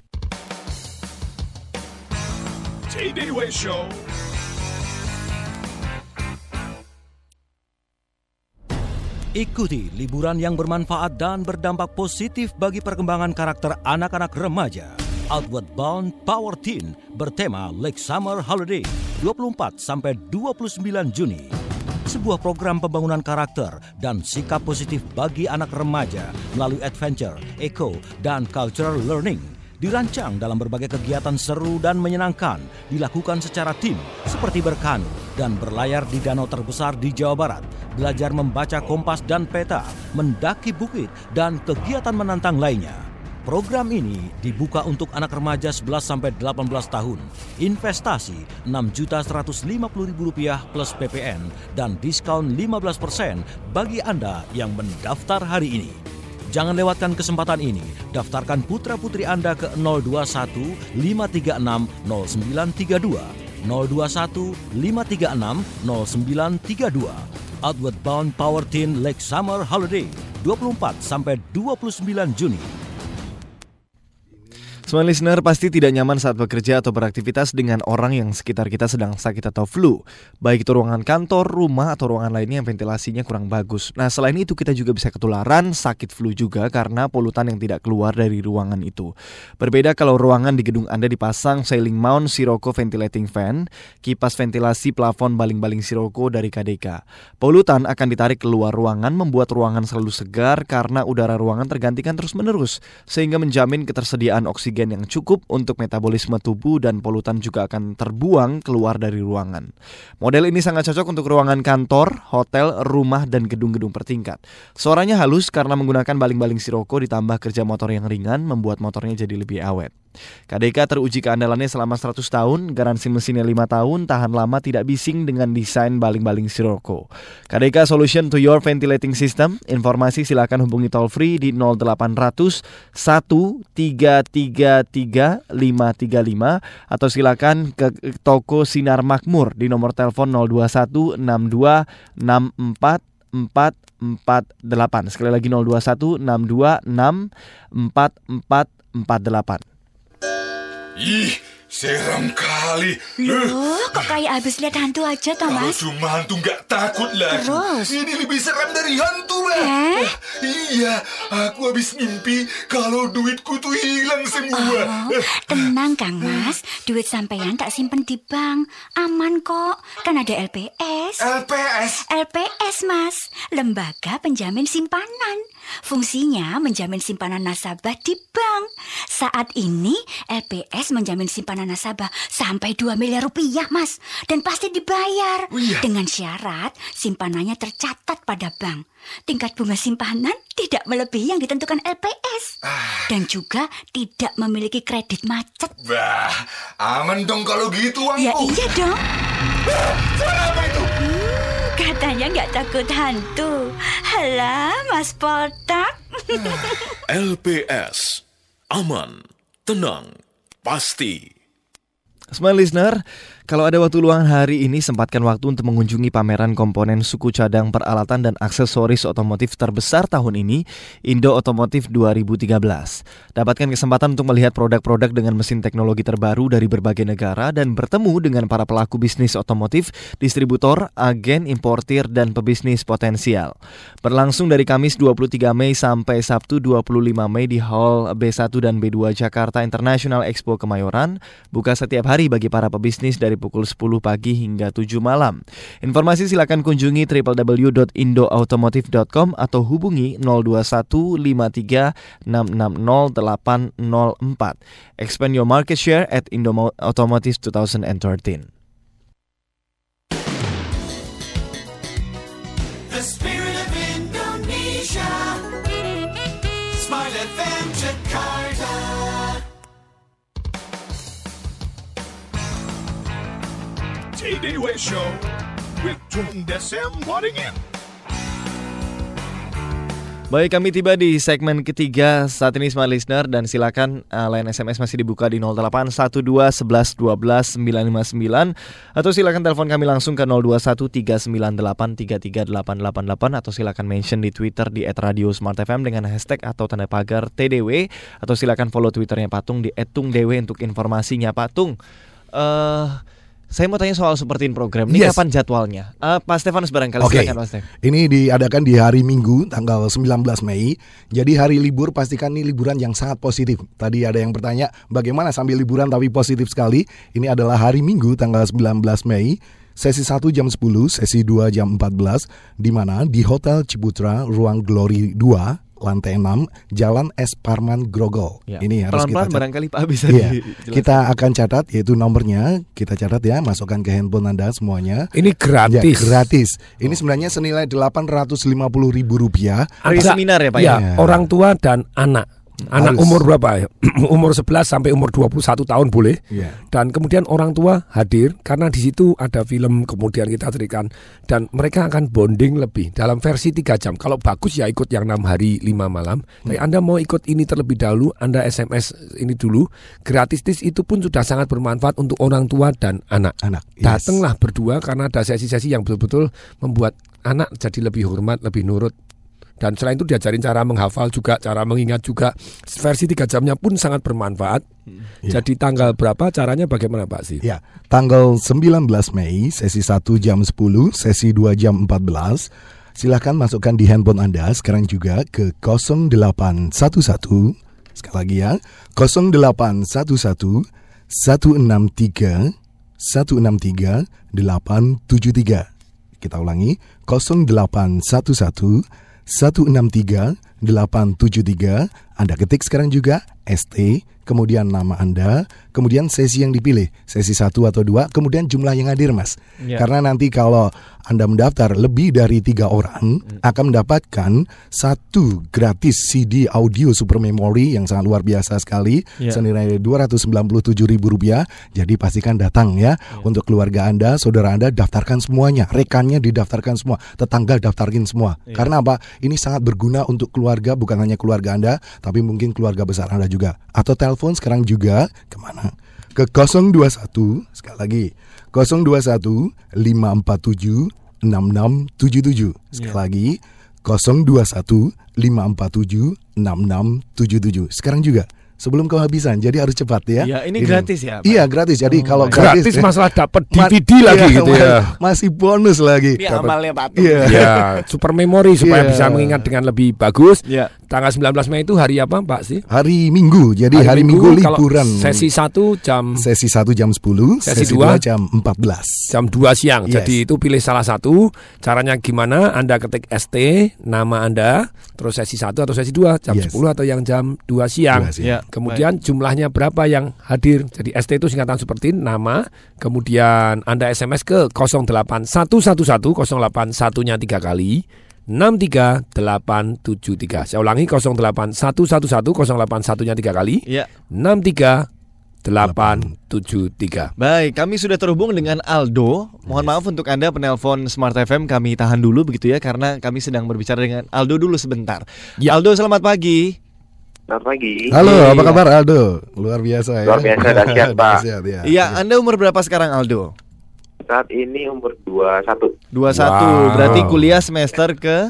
TDW Show. Ikuti liburan yang bermanfaat dan berdampak positif bagi perkembangan karakter anak-anak remaja. Outward Bound Power Teen bertema Lake Summer Holiday 24-29 Juni. Sebuah program pembangunan karakter dan sikap positif bagi anak remaja melalui adventure, eco, dan cultural learning. Dirancang dalam berbagai kegiatan seru dan menyenangkan, dilakukan secara tim seperti berkanu dan berlayar di danau terbesar di Jawa Barat, belajar membaca kompas dan peta, mendaki bukit, dan kegiatan menantang lainnya. Program ini dibuka untuk anak remaja 11-18 tahun. Investasi Rp6.150.000 plus PPN dan diskon 15% bagi Anda yang mendaftar hari ini. Jangan lewatkan kesempatan ini. Daftarkan putra-putri Anda ke 021 536 0932. 021 536 0932. Outward Bound Power Teen Lake Summer Holiday 24 sampai 29 Juni. Semua listener pasti tidak nyaman saat bekerja atau beraktivitas dengan orang yang sekitar kita sedang sakit atau flu. Baik itu ruangan kantor, rumah, atau ruangan lainnya yang ventilasinya kurang bagus. Nah, selain itu kita juga bisa ketularan sakit flu juga karena polutan yang tidak keluar dari ruangan itu. Berbeda kalau ruangan di gedung Anda dipasang ceiling mount Sirocco ventilating fan, kipas ventilasi plafon baling-baling Sirocco dari KDK. Polutan akan ditarik keluar ruangan, membuat ruangan selalu segar karena udara ruangan tergantikan terus-menerus, sehingga menjamin ketersediaan oksigen yang cukup untuk metabolisme tubuh dan polutan juga akan terbuang keluar dari ruangan. Model ini sangat cocok untuk ruangan kantor, hotel, rumah, dan gedung-gedung bertingkat. Suaranya halus karena menggunakan baling-baling Sirocco ditambah kerja motor yang ringan membuat motornya jadi lebih awet. KDK teruji keandalannya selama 100 tahun, garansi mesinnya 5 tahun, tahan lama, tidak bising dengan desain baling-baling Sirocco. KDK Solution to your ventilating system. Informasi silakan hubungi toll free di 0800 1333 535 atau silakan ke toko Sinar Makmur di nomor telepon 021 62 64 448. Sekali lagi 021 62 64 448. Ih, seram kali. Loh, kok kayak habis lihat hantu aja, Thomas? Kalau cuma hantu nggak takut lagi. Terus? Ini lebih seram dari hantu, Iya, aku habis mimpi kalau duitku tuh hilang semua. Tenang, Kang Mas. Duit sampean tak simpen di bank. Aman kok. Kan ada LPS. LPS? LPS, Mas. Lembaga Penjamin Simpanan. Fungsinya menjamin simpanan nasabah di bank. Saat ini LPS menjamin simpanan nasabah sampai 2 miliar rupiah, Mas. Dan pasti dibayar. Dengan syarat simpanannya tercatat pada bank. Tingkat bunga simpanan tidak melebihi yang ditentukan LPS. Dan juga tidak memiliki kredit macet. Bah, aman dong kalau gitu, uangku. Ya iya dong. Suara apa itu? Katanya nggak takut hantu. Halah, Mas Poltak. LPS, aman, tenang, pasti. Smile listener, kalau ada waktu luang hari ini, sempatkan waktu untuk mengunjungi pameran komponen suku cadang peralatan dan aksesoris otomotif terbesar tahun ini, Indo Otomotif 2013. Dapatkan kesempatan untuk melihat produk-produk dengan mesin teknologi terbaru dari berbagai negara dan bertemu dengan para pelaku bisnis otomotif, distributor, agen, importir, dan pebisnis potensial. Berlangsung dari Kamis 23 Mei sampai Sabtu 25 Mei di Hall B1 dan B2 Jakarta International Expo Kemayoran, buka setiap hari bagi para pebisnis dari pukul 10 pagi hingga 7 malam. Informasi silakan kunjungi www.indoautomotive.com atau hubungi 021 53 660 804. Expand your market share at Indo Automotive 2013. The spirit of Indonesia. Smile FM Jakarta. Tay-Day Way Show with Tung Desem Wadding In. Baik, kami tiba di segmen ketiga saat ini, Smart Listener, dan silakan line SMS masih dibuka di 0812 11 12 959 atau silakan telepon kami langsung ke 021 398 33888 atau silakan mention di Twitter di @radiosmartfm dengan hashtag atau tanda pagar TDW atau silakan follow Twitternya Patung di @tungdw untuk informasinya. Patung, saya mau tanya soal Supertin program. Ini kapan jadwalnya? Pak Stefanus barangkali, silakan Pak Stef. Ini diadakan di hari Minggu tanggal 19 Mei. Jadi hari libur, pastikan ini liburan yang sangat positif. Tadi ada yang bertanya bagaimana sambil liburan tapi positif sekali. Ini adalah hari Minggu tanggal 19 Mei. Sesi 1 jam 10, sesi 2 jam 14, di mana di Hotel Ciputra, Ruang Glory 2, lantai 6, Jalan S. Parman Grogol. Ya. Ini harus pelan-pelan kita barangkali Pak bisa dijelaskan. Kita akan catat, yaitu nomornya kita catat ya, masukkan ke handphone Anda semuanya. Ini gratis. Ya, gratis. Ini sebenarnya senilai Rp850.000. Hari seminar ya Pak ya? Orang tua dan anak. Anak umur berapa ya? Umur 11 sampai umur 21 tahun boleh. Dan kemudian orang tua hadir karena di situ ada film, kemudian kita berikan dan mereka akan bonding lebih dalam versi 3 jam. Kalau bagus ya ikut yang 6 hari 5 malam. Tapi Anda mau ikut ini terlebih dahulu, Anda SMS ini dulu. Gratis itu pun sudah sangat bermanfaat untuk orang tua dan anak. Datanglah berdua karena ada sesi-sesi yang betul-betul membuat anak jadi lebih hormat, lebih nurut. Dan selain itu diajarin cara menghafal juga, cara mengingat juga. Versi 3 jamnya pun sangat bermanfaat. Jadi tanggal berapa, caranya bagaimana Pak sih? Ya, tanggal 19 Mei, sesi 1 jam 10, sesi 2 jam 14. Silahkan masukkan di handphone Anda sekarang juga ke 0811. Sekali lagi ya, 0811 163 873. Kita ulangi, 0811 163 873. Anda ketik sekarang juga ST, kemudian nama Anda, kemudian sesi yang dipilih, sesi 1 atau 2, kemudian jumlah yang hadir Mas. Karena nanti kalau Anda mendaftar lebih dari 3 orang akan mendapatkan 1 gratis CD audio super memory yang sangat luar biasa sekali, senilai Rp297.000. Jadi pastikan datang ya. Untuk keluarga Anda, saudara Anda, daftarkan semuanya, rekannya didaftarkan semua, tetangga daftarkan semua. Karena apa? Ini sangat berguna untuk keluarga, bukan hanya keluarga Anda, tapi mungkin keluarga besar Anda juga. Atau telepon sekarang juga kemana? Ke 021, sekali lagi 021 547 6677. Sekali lagi 021 547 6677. Sekarang juga sebelum kehabisan, jadi harus cepat ya. Iya, ini gratis ya Pak? Iya, gratis. Jadi kalau gratis masalah dapat DVD lagi gitu ya. Masih bonus lagi. Ini amalnya Pak. Ya, super memory supaya bisa mengingat dengan lebih bagus. Tanggal 19 Mei itu hari apa Pak sih? Hari Minggu. Jadi hari Minggu liburan. Sesi 1 jam 10, sesi 2 jam 14. Jam 2 siang. Jadi itu pilih salah satu. Caranya gimana? Anda ketik ST, nama Anda, terus sesi 1 atau sesi 2, jam 10 atau yang jam 2 siang. Kemudian jumlahnya berapa yang hadir. Jadi ST itu singkatan seperti nama. Kemudian Anda SMS ke 08111 081-nya 3 kali 63873. Saya ulangi 08111 081-nya 3 kali 63873. Baik, kami sudah terhubung dengan Aldo. Mohon maaf untuk Anda penelpon Smart FM, kami tahan dulu begitu ya, karena kami sedang berbicara dengan Aldo dulu sebentar. Aldo, selamat pagi. Selamat pagi. Halo, apa kabar Aldo? Luar biasa ya. Luar biasa, dahsyat Pak. Iya, Anda umur berapa sekarang Aldo? Saat ini umur 21. 21, berarti kuliah semester ke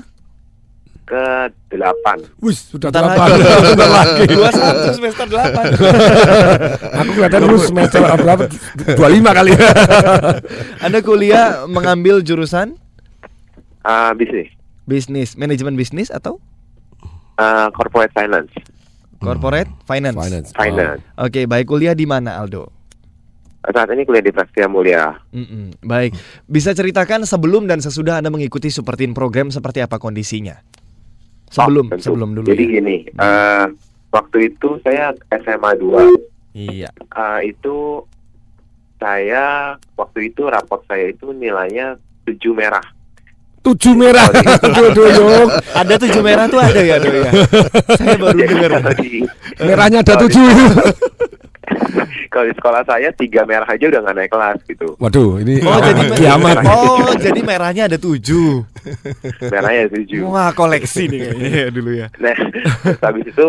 8. Wih, sudah 8. 21 semester 8. Aku kelihatan dulu semester berapa? 25 kali. Anda kuliah mengambil jurusan? Bisnis. Bisnis, manajemen bisnis atau? Corporate finance. Corporate finance. Oke, baik. Kuliah di mana Aldo? Saat ini kuliah di Prasetya Mulia. Baik, bisa ceritakan sebelum dan sesudah Anda mengikuti Superteen program seperti apa kondisinya? Sebelum dulu. Jadi gini, waktu itu saya SMA 2. Iya. Itu saya waktu itu rapot saya itu nilainya 7 merah. 7 merah. Ada 7 merah tuh ada ya, ya. Saya baru dengar. Merahnya ada 7. Kalau di sekolah saya 3 merah aja udah gak naik kelas gitu. Waduh, ini jadi kiamat. Jadi merahnya ada 7. Merahnya ada 7. Wah, koleksi nih kayaknya dulu ya. Nah, habis itu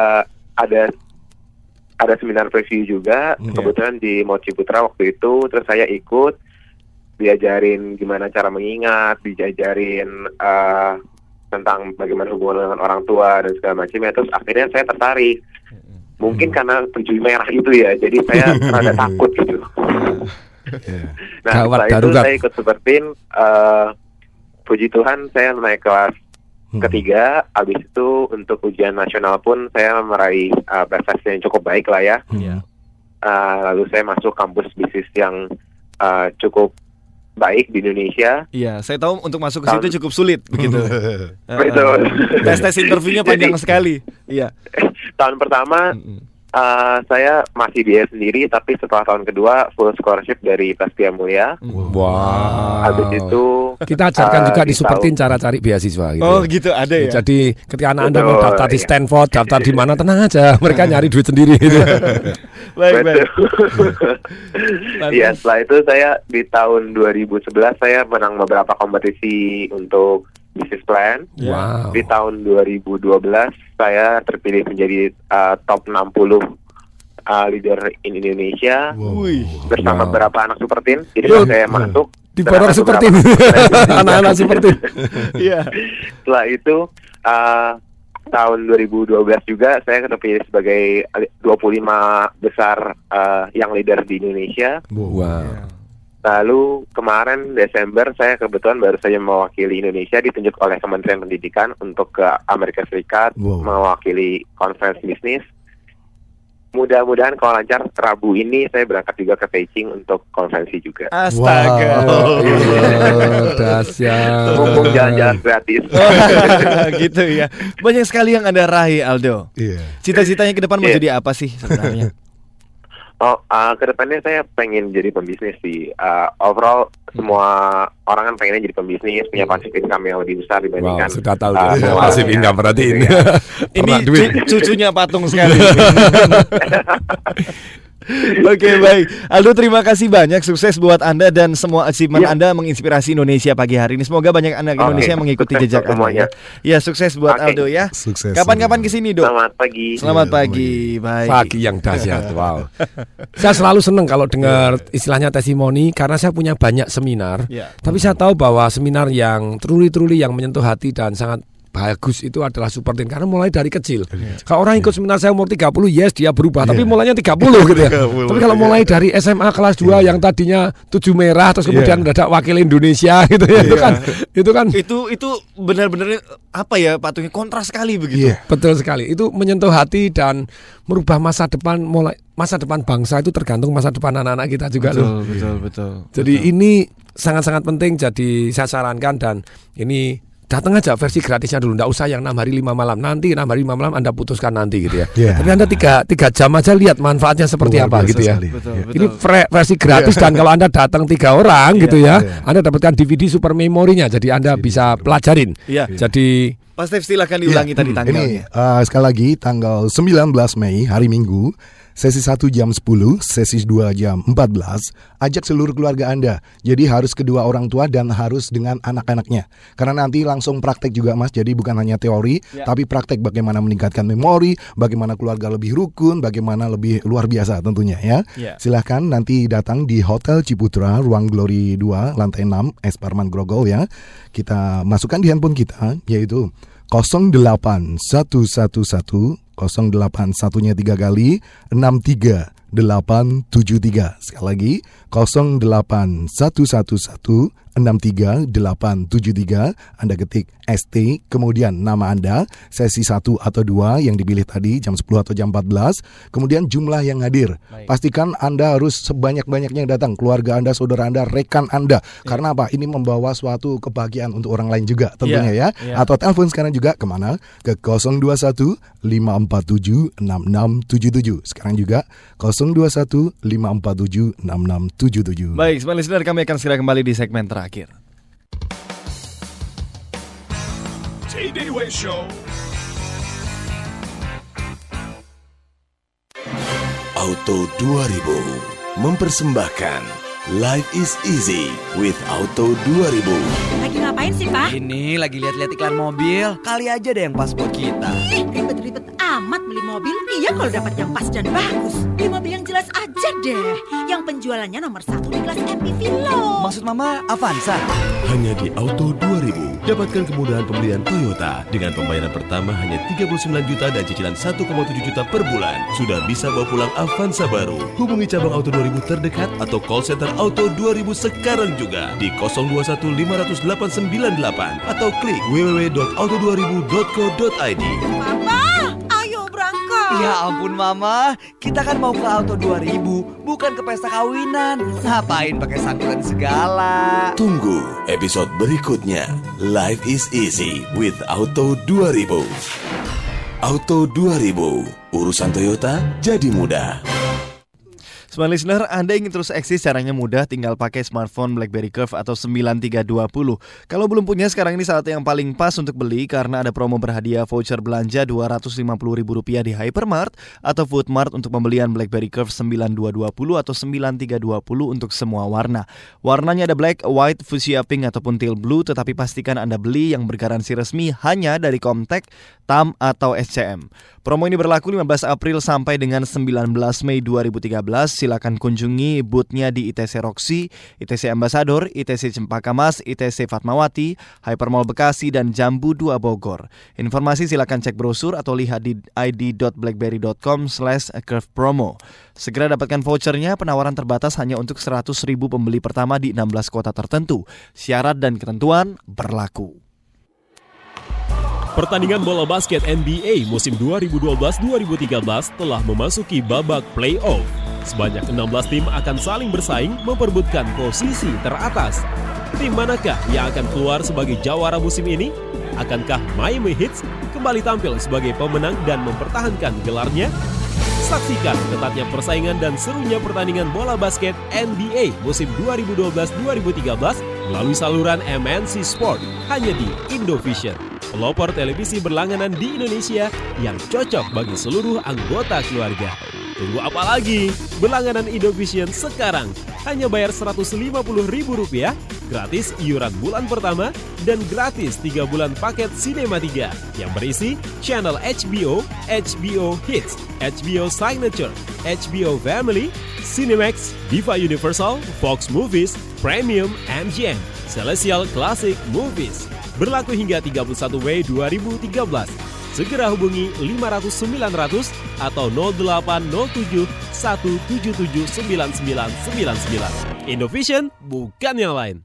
ada seminar preview juga. Kebetulan di Mochi Putra waktu itu. Terus saya ikut, diajarin gimana cara mengingat, diajarin tentang bagaimana hubungan dengan orang tua dan segala macamnya. Terus akhirnya saya tertarik. Mungkin karena 7 merah itu ya, jadi saya rada takut gitu. Nah, setelah itu saya ikut Superteen. Puji Tuhan saya naik kelas ketiga. Habis itu untuk ujian nasional pun saya meraih prestasi yang cukup baik lah ya. Lalu saya masuk kampus bisnis yang cukup baik di Indonesia. Iya, saya tahu untuk masuk ke situ cukup sulit begitu. Betul. Tes interviewnya panjang sekali. Iya. Tahun pertama saya masih biaya sendiri, tapi setelah tahun kedua full scholarship dari Prasetya Mulia. Wow. Habis itu kita ajarkan juga di Superteen cara cari beasiswa gitu. Oh, gitu ada ya. Jadi ketika anak Anda mau daftar di Stanford, daftar di mana, tenang aja, mereka nyari duit sendiri gitu. Baik. Iya, setelah itu saya di tahun 2011 saya menang beberapa kompetisi untuk business plan. Wow. Di tahun 2012 saya terpilih menjadi top 60 leader in Indonesia bersama beberapa anak Superteen. Jadi saya masuk di bawah Superteen. Anak-anak Superteen. Iya. Setelah itu tahun 2012 juga saya terpilih sebagai 25 besar yang leader di Indonesia. Wow. Lalu kemarin Desember saya kebetulan baru saja mewakili Indonesia, ditunjuk oleh Kementerian Pendidikan untuk ke Amerika Serikat mewakili konferensi bisnis. Mudah-mudahan kalau lancar Rabu ini saya berangkat juga ke Beijing untuk konferensi juga. Astaga. Dahsyat. Mumpung jalan-jalan gratis. Gitu ya. Banyak sekali yang Anda raih, Aldo. Cita-citanya ke depan mau jadi apa sih sebenarnya? Kedepannya saya pengen jadi pembisnis sih. Overall semua orang kan pengennya jadi pembisnis, punya passive income yang lebih besar dibandingkan. Sudah tahu passive income berarti ini. Ini cucunya patung sekali. Oke, baik. Aldo, terima kasih banyak. Sukses buat Anda dan semua achievement Anda menginspirasi Indonesia pagi hari ini. Semoga banyak anak Indonesia yang mengikuti jejak Anda. Ya, sukses buat Aldo ya. Sukses. Kapan-kapan kesini, Dok. Selamat pagi. Selamat pagi. Baik. Pagi yang dahsyat. Wow. Saya selalu senang kalau dengar istilahnya testimoni karena saya punya banyak seminar. Tapi saya tahu bahwa seminar yang truly yang menyentuh hati dan sangat bagus itu adalah Super Teen karena mulai dari kecil. Kalau orang ikut seminar saya umur 30, yes dia berubah, tapi mulainya 30 gitu ya. Tapi kalau mulai dari SMA kelas 2 yang tadinya 7 merah terus kemudian mendadak wakil Indonesia gitu ya. Itu benar-benar apa ya, patungnya kontras sekali begitu. Betul sekali. Itu menyentuh hati dan merubah masa depan, mulai masa depan bangsa itu tergantung masa depan anak-anak kita juga loh. Betul. Jadi ini sangat-sangat penting, jadi saya sarankan dan ini datang aja versi gratisnya dulu, nggak usah yang 6 hari 5 malam. Nanti 6 hari 5 malam Anda putuskan nanti gitu ya. Tapi Anda 3 jam aja lihat manfaatnya seperti apa gitu ya. Betul. Ini versi gratis dan kalau Anda datang 3 orang gitu ya, Anda dapatkan DVD super memorinya, jadi Anda bisa pelajarin. Jadi Pak Steve silakan diulangi tadi tanggalnya. Ini sekali lagi tanggal 19 Mei hari Minggu. Sesi 1 jam 10, sesi 2 jam 14. Ajak seluruh keluarga Anda. Jadi harus kedua orang tua dan harus dengan anak-anaknya. Karena nanti langsung praktek juga Mas. Jadi bukan hanya teori, tapi praktek bagaimana meningkatkan memori, bagaimana keluarga lebih rukun, bagaimana lebih luar biasa tentunya ya. Silahkan nanti datang di Hotel Ciputra, Ruang Glory 2, lantai 6, Es Parman Grogol ya. Kita masukkan di handphone kita, yaitu 08111 081-nya 3 kali 63873. Sekali lagi 08111633873. Anda ketik ST kemudian nama Anda, sesi 1 atau 2 yang dipilih tadi jam 10 atau jam 14, kemudian jumlah yang hadir. Pastikan Anda harus sebanyak-banyaknya yang datang, keluarga Anda, saudara Anda, rekan Anda. Karena apa? Ini membawa suatu kebahagiaan untuk orang lain juga tentunya ya. Atau telepon sekarang juga kemana? Ke 021 547 6677. Sekarang juga 021 547 6677. Baik, semua listener, kami akan segera kembali di segmen terakhir. Day-Day Show. Auto 2000 mempersembahkan Life is Easy with Auto 2000. Lagi ngapain sih, Pak? Ini lagi lihat-lihat iklan mobil. Kali aja deh yang pas buat kita. Ribet-ribet amat beli mobil. Iya kalau dapat yang pas dan bagus. Beli mobil yang jelas aja deh. Yang penjualannya nomor 1 di kelas MPV loh. Maksud Mama Avanza? Hanya di Auto 2000. Dapatkan kemudahan pembelian Toyota dengan pembayaran pertama hanya 39 juta dan cicilan 1,7 juta per bulan. Sudah bisa bawa pulang Avanza baru. Hubungi cabang Auto 2000 terdekat atau call center Auto 2000 sekarang juga di 021 50898 atau klik www.auto2000.co.id. Mama, ayo berangkat. Ya ampun Mama, kita kan mau ke Auto 2000, bukan ke pesta kawinan. Ngapain pakai sangkulan segala? Tunggu episode berikutnya. Life is Easy with Auto 2000. Auto 2000, urusan Toyota jadi mudah. Smart listener, Anda ingin terus eksis, caranya mudah, tinggal pakai smartphone BlackBerry Curve atau 9320. Kalau belum punya, sekarang ini saat yang paling pas untuk beli karena ada promo berhadiah voucher belanja Rp250.000 di Hypermart atau Foodmart untuk pembelian BlackBerry Curve 9220 atau 9320 untuk semua warna. Warnanya ada black, white, fuchsia pink ataupun teal blue, tetapi pastikan Anda beli yang bergaransi resmi hanya dari Comtek, TAM atau SCM. Promo ini berlaku 15 April sampai dengan 19 Mei 2013. silakan kunjungi booth-nya di ITC Roxy, ITC Ambassador, ITC Cempaka Mas, ITC Fatmawati, Hypermall Bekasi, dan Jambu 2 Bogor. Informasi silakan cek brosur atau lihat di id.blackberry.com/curvepromo. Segera dapatkan vouchernya, penawaran terbatas hanya untuk 100.000 pembeli pertama di 16 kota tertentu. Syarat dan ketentuan berlaku. Pertandingan bola basket NBA musim 2012-2013 telah memasuki babak play-off. Sebanyak 16 tim akan saling bersaing memperebutkan posisi teratas. Tim manakah yang akan keluar sebagai jawara musim ini? Akankah Miami Heat kembali tampil sebagai pemenang dan mempertahankan gelarnya? Saksikan ketatnya persaingan dan serunya pertandingan bola basket NBA musim 2012-2013 melalui saluran MNC Sport hanya di Indovision, pelopor televisi berlangganan di Indonesia yang cocok bagi seluruh anggota keluarga. Tunggu apa lagi? Berlangganan Indovision sekarang hanya bayar Rp150.000, gratis iuran bulan pertama, dan gratis 3 bulan paket Cinema 3 yang berisi channel HBO, HBO Hits, HBO Signature, HBO Family, Cinemax, Diva Universal, Fox Movies, Premium, MGM, Celestial Classic Movies. Berlaku hingga 31 Mei 2013. Segera hubungi 500 900 atau 0807 177 9999. Indovision, bukan yang lain.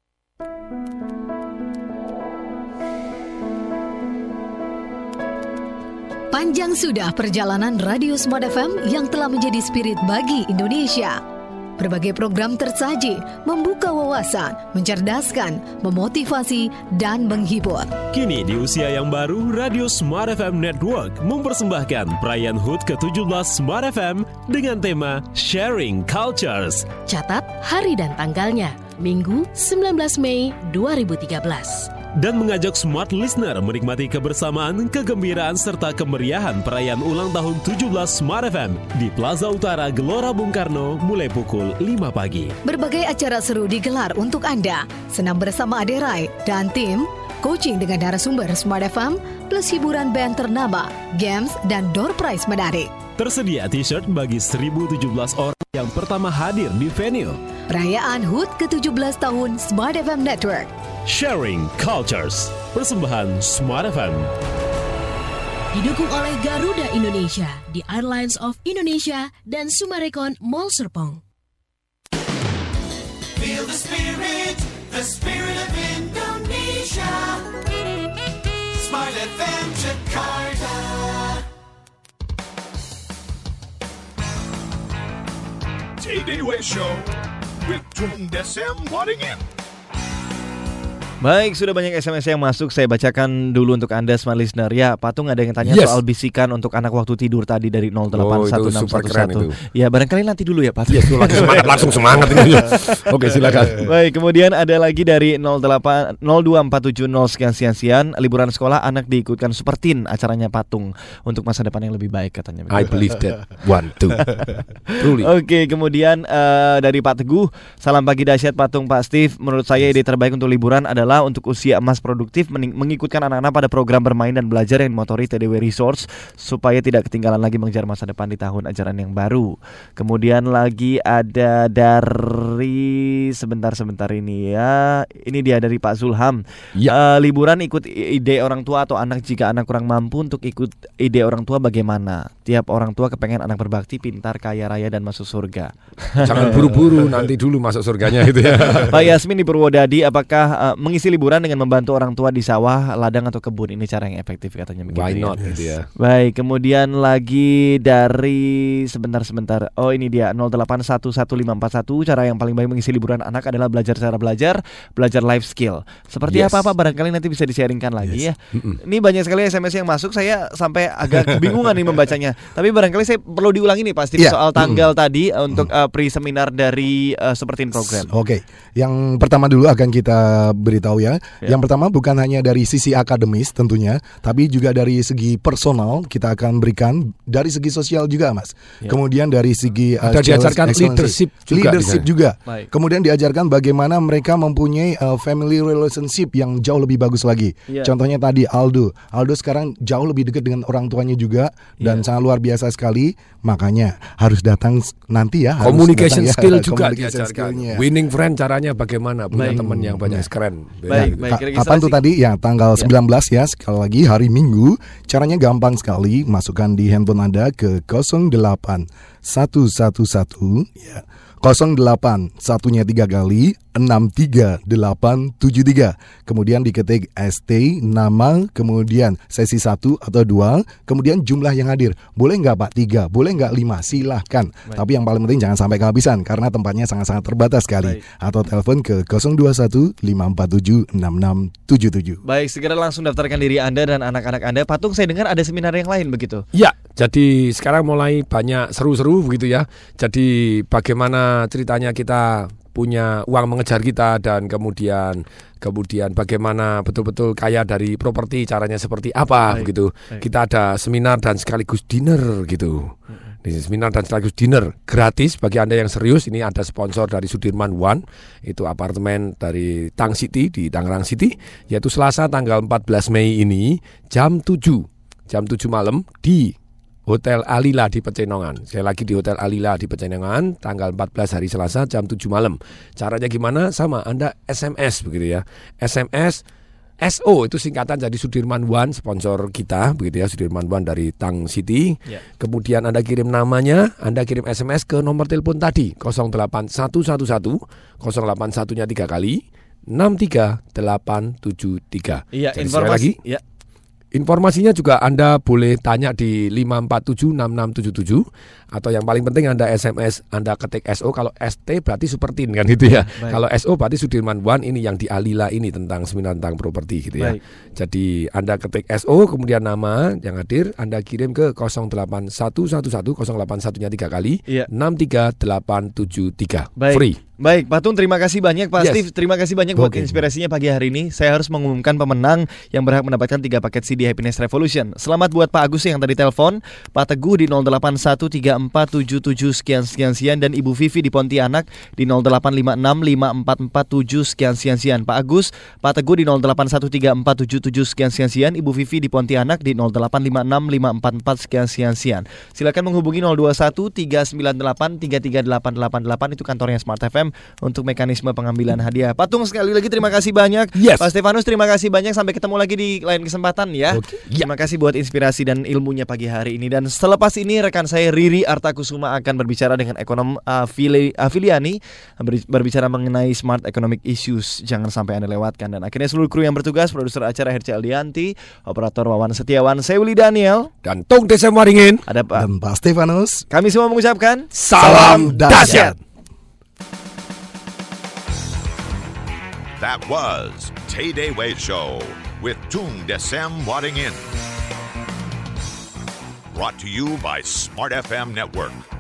Panjang sudah perjalanan Radio Smart FM yang telah menjadi spirit bagi Indonesia. Berbagai program tersaji, membuka wawasan, mencerdaskan, memotivasi, dan menghibur. Kini di usia yang baru, Radio Smart FM Network mempersembahkan perayaan HUT ke-17 Smart FM dengan tema Sharing Cultures. Catat hari dan tanggalnya, Minggu 19 Mei 2013. Dan mengajak smart listener menikmati kebersamaan, kegembiraan, serta kemeriahan perayaan ulang tahun 17 Smart FM di Plaza Utara Gelora Bung Karno mulai pukul 5 pagi. Berbagai acara seru digelar untuk Anda. Senam bersama Aderai dan tim, coaching dengan narasumber Smart FM, plus hiburan band ternama, games, dan door prize menarik. Tersedia t-shirt bagi 1.017 orang yang pertama hadir di venue. Perayaan HUT ke-17 tahun Smart FM Network. Sharing Cultures, persembahan Smart FM. Didukung oleh Garuda Indonesia, The Airlines of Indonesia, dan Sumarekon Mall Serpong. Feel the spirit of Indonesia. Smart FM Jakarta. T-Day Show with Tung Desem Waddingin. Baik, sudah banyak SMS yang masuk. Saya bacakan dulu untuk Anda smart listener. Ya, Patung ada yang tanya soal bisikan untuk anak waktu tidur tadi dari 081611. Ya, barangkali nanti dulu ya, Patung. Yes, langsung semangat ini. Oke, silakan. Baik, kemudian ada lagi dari 02470 sekian. Liburan sekolah anak diikutkan Super Teen, acaranya Patung untuk masa depan yang lebih baik katanya. I believe that. One, two. Truly. Oke, kemudian dari Pak Teguh, salam pagi dahsyat Patung, Pak Steve. Menurut saya ide terbaik untuk liburan adalah untuk usia emas produktif mengikutkan anak-anak pada program bermain dan belajar yang dimotori TDW Resource supaya tidak ketinggalan lagi mengejar masa depan di tahun ajaran yang baru. Kemudian lagi ada dari sebentar ini ya. Ini dia dari Pak Zulham. Liburan ikut ide orang tua atau anak jika anak kurang mampu untuk ikut ide orang tua bagaimana? Tiap orang tua kepengen anak berbakti, pintar, kaya raya dan masuk surga. Jangan buru-buru, nanti dulu masuk surganya gitu ya. Pak Yasmin di Purwodadi, apakah mengisi liburan dengan membantu orang tua di sawah, ladang atau kebun, ini cara yang efektif katanya begitu. Why not gitu ya. Baik, kemudian lagi dari sebentar. Oh, ini dia 0811541, cara yang paling baik mengisi liburan anak adalah belajar cara belajar life skill. Seperti apa Pak? Barangkali nanti bisa di-sharingkan lagi ya. Ini banyak sekali SMS yang masuk, saya sampai agak kebingungan nih membacanya. Tapi barangkali saya perlu diulangi nih pasti soal tanggal tadi untuk pre-seminar dari Super Teen Program. Oke. Yang pertama dulu akan kita beritahu tahu ya. Yang pertama bukan hanya dari sisi akademis tentunya, tapi juga dari segi personal kita akan berikan, dari segi sosial juga Mas. Kemudian dari segi diajarkan leadership juga. Kemudian diajarkan bagaimana mereka mempunyai family relationship yang jauh lebih bagus lagi. Contohnya tadi Aldo sekarang jauh lebih dekat dengan orang tuanya juga dan sangat luar biasa sekali. Makanya harus datang nanti ya. Communication skill juga diajarkan. Winning friend caranya bagaimana, punya teman yang banyak keren. Kapan tuh tadi? Ya tanggal 19 ya, sekali lagi hari Minggu. Caranya gampang sekali, masukkan di handphone Anda ke 08 111 ya. 08 satunya 3 kali 63873. Kemudian diketik ST, nama, kemudian sesi 1 atau 2, kemudian jumlah yang hadir. Boleh nggak Pak 3, boleh nggak 5, silahkan. Tapi yang paling penting jangan sampai kehabisan karena tempatnya sangat-sangat terbatas sekali. Atau telepon ke 021 547 6677. Baik, segera langsung daftarkan diri Anda dan anak-anak Anda. Patung, saya dengar ada seminar yang lain begitu? Ya, jadi sekarang mulai banyak seru-seru begitu ya. Jadi bagaimana ceritanya kita punya uang mengejar kita dan kemudian bagaimana betul-betul kaya dari properti, caranya seperti apa begitu. Kita ada seminar dan sekaligus dinner gitu. Di seminar dan sekaligus dinner gratis bagi Anda yang serius. Ini ada sponsor dari Sudirman One, itu apartemen dari Tang City di Tangerang City, yaitu Selasa tanggal 14 Mei ini jam 7 malam di Hotel Alila di Pecenongan. Saya lagi di Hotel Alila di Pecenongan tanggal 14 hari Selasa jam 7 malam. Caranya gimana? Sama, Anda SMS begitu ya. SMS SO itu singkatan dari Sudirman One, sponsor kita begitu ya, Sudirman One dari Tang City. Kemudian Anda kirim namanya, Anda kirim SMS ke nomor telepon tadi 08111 081-nya 3 kali 63873. Iya, jadi informasi lagi. Ya. Informasinya juga Anda boleh tanya di 5476677 atau yang paling penting Anda SMS, Anda ketik SO. Kalau ST berarti Supertin kan gitu ya. Kalau SO berarti Sudirman One, ini yang di Alila ini tentang seminar tentang properti gitu ya. Jadi Anda ketik SO kemudian nama yang hadir Anda kirim ke 08111 081-nya 3 kali 63873. Free. Baik, Patung, terima kasih banyak Pak Steve. Terima kasih banyak buat inspirasinya pagi hari ini. Saya harus mengumumkan pemenang yang berhak mendapatkan 3 paket CD Happiness Revolution. Selamat buat Pak Agus yang tadi telepon, Pak Teguh di 08134777 sekian dan Ibu Vivi di Pontianak di 08565447 sekian. Pak Agus, Pak Teguh di 08134777 sekian, Ibu Vivi di Pontianak di 08565444 sekian. Silakan menghubungi 02139833888 itu kantornya Smart FM untuk mekanisme pengambilan hadiah. Patung, sekali lagi terima kasih banyak. Pak Stefanus, terima kasih banyak. Sampai ketemu lagi di lain kesempatan ya. Terima kasih buat inspirasi dan ilmunya pagi hari ini. Dan selepas ini rekan saya Riri Artakusuma akan berbicara dengan ekonom Afiliani, berbicara mengenai smart economic issues. Jangan sampai Anda lewatkan. Dan akhirnya seluruh kru yang bertugas, produser acara Herca Aldianti, operator Wawan Setiawan, saya Willy Daniel, dan Tung Desem Waringin, dan Pak Stefanus. Kami semua mengucapkan salam dahsyat. That was Tay Day Way Show with Tung Desem Wadding In. Brought to you by Smart FM Network.